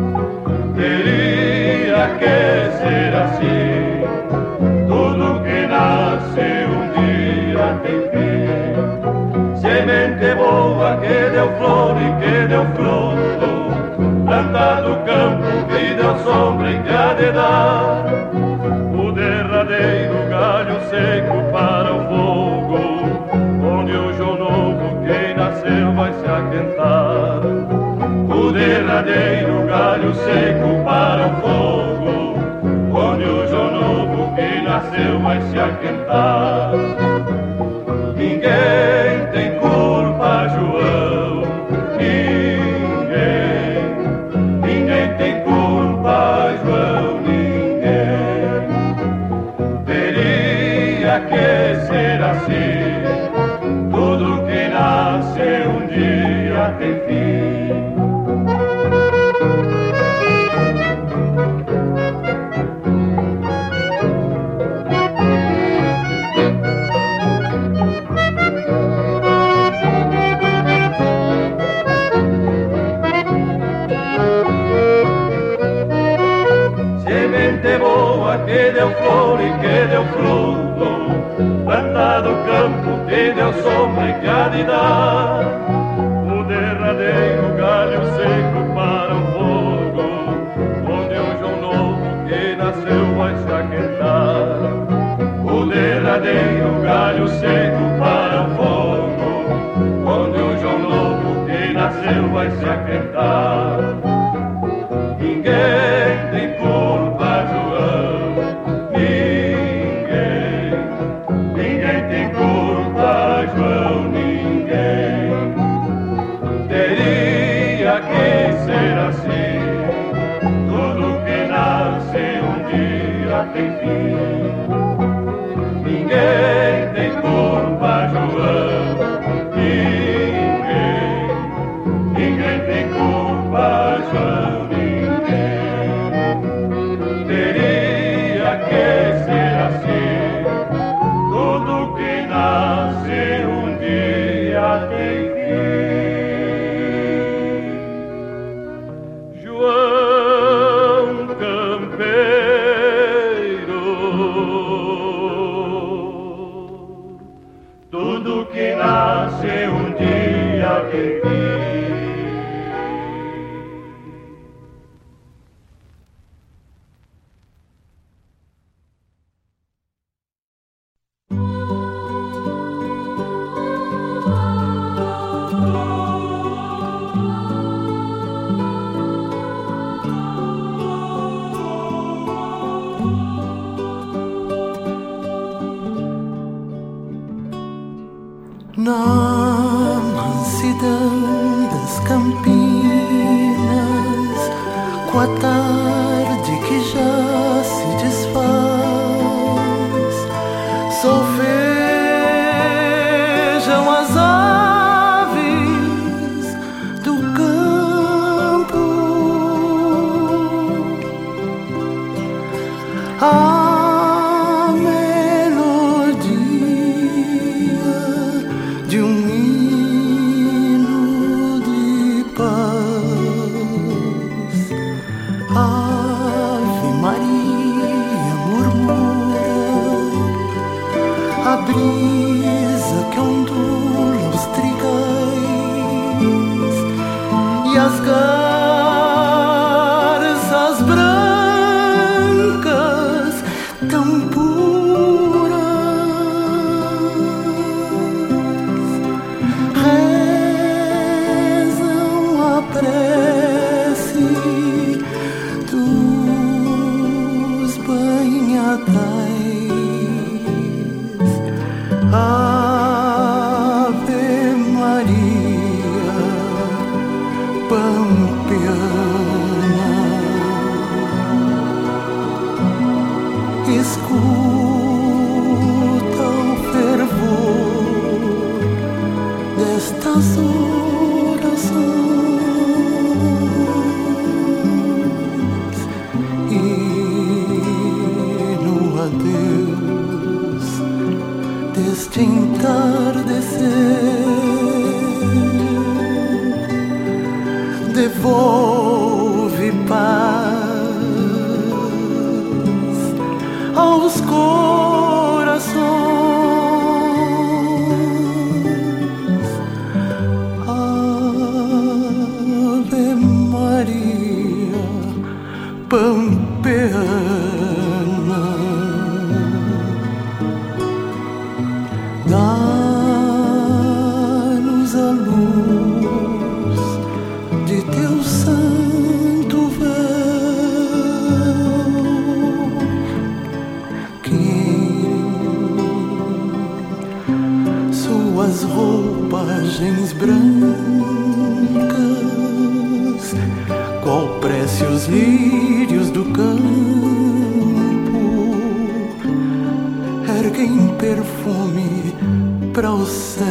Teria que ser assim, tudo que nasce um dia tem fim. Semente boa que deu flor e que deu fruto, plantado campo que deu sombra e que há de dar o derradeiro galho seco para o fogo, onde o João novo que nasceu vai se aquentar. O derradeiro galho seco para o fogo, onde o João novo que nasceu vai se aquentar. Ninguém tem culpa, João, ninguém, ninguém tem culpa, João, ninguém. Teria que ser assim, tudo que nasce um dia tem fim. Semente boa que deu flor e que deu fruto, plantado campo que deu sombra e que há de dar o derradeiro galho seco para o fogo, onde o João novo que nasceu vai se aquentar. O derradeiro galho seco para o fogo, onde o João novo que nasceu vai se aquentar. Ninguém tem culpa, João, ninguém, ninguém tem culpa, João, ninguém. Teria que ser assim, tudo que nasce um dia tem fim. Ninguém tem culpa, João, ninguém, ninguém tem culpa, João. Que ser assim, tudo que nasce um dia tem fim. João Campeiro, tudo que nasce um dia tem fim. Na mansidão a tarde que já se desfaz, solfejam as aves do campo. A melodia de um hino de paz. Ave Maria murmura a brisa que ondula os trigais e as garças brancas tão puras rezam a prece dos banhatais. Ave Maria pampeana, escuta o fervor destas orações e no adeus deste entardecer devolve paz aos corações. Ave Maria pampeana, dá-nos a luz de teu santo véu, que suas roupagens brancas, qual prece os lírios do campo, erguem perfume para o céu.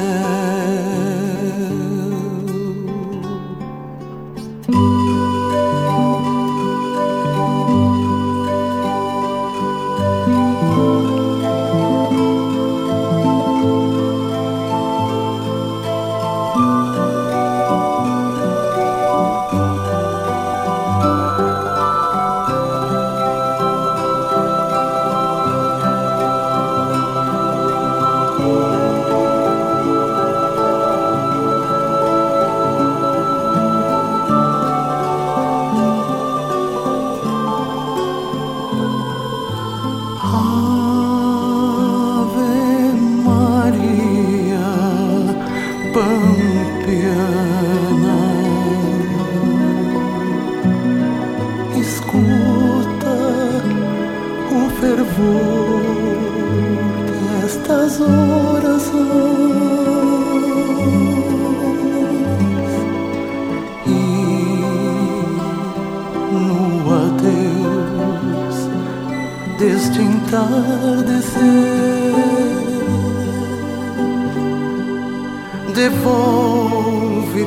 Devolve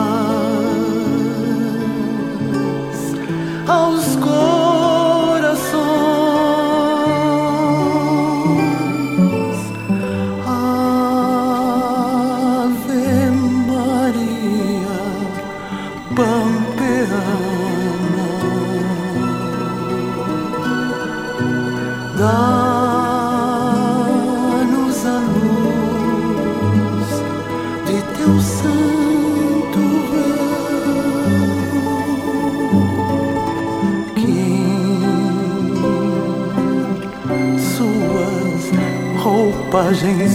paz aos corações. Ave Maria pampeana, dá-nos a luz de teu santo véu, que suas roupagens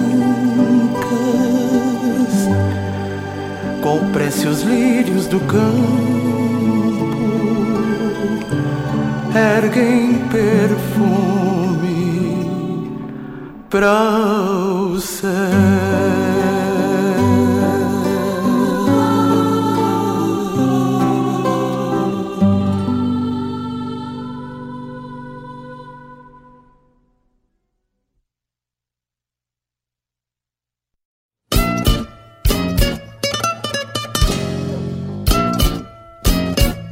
brancas, qual prece os lírios do campo, erguem perfume para o céu.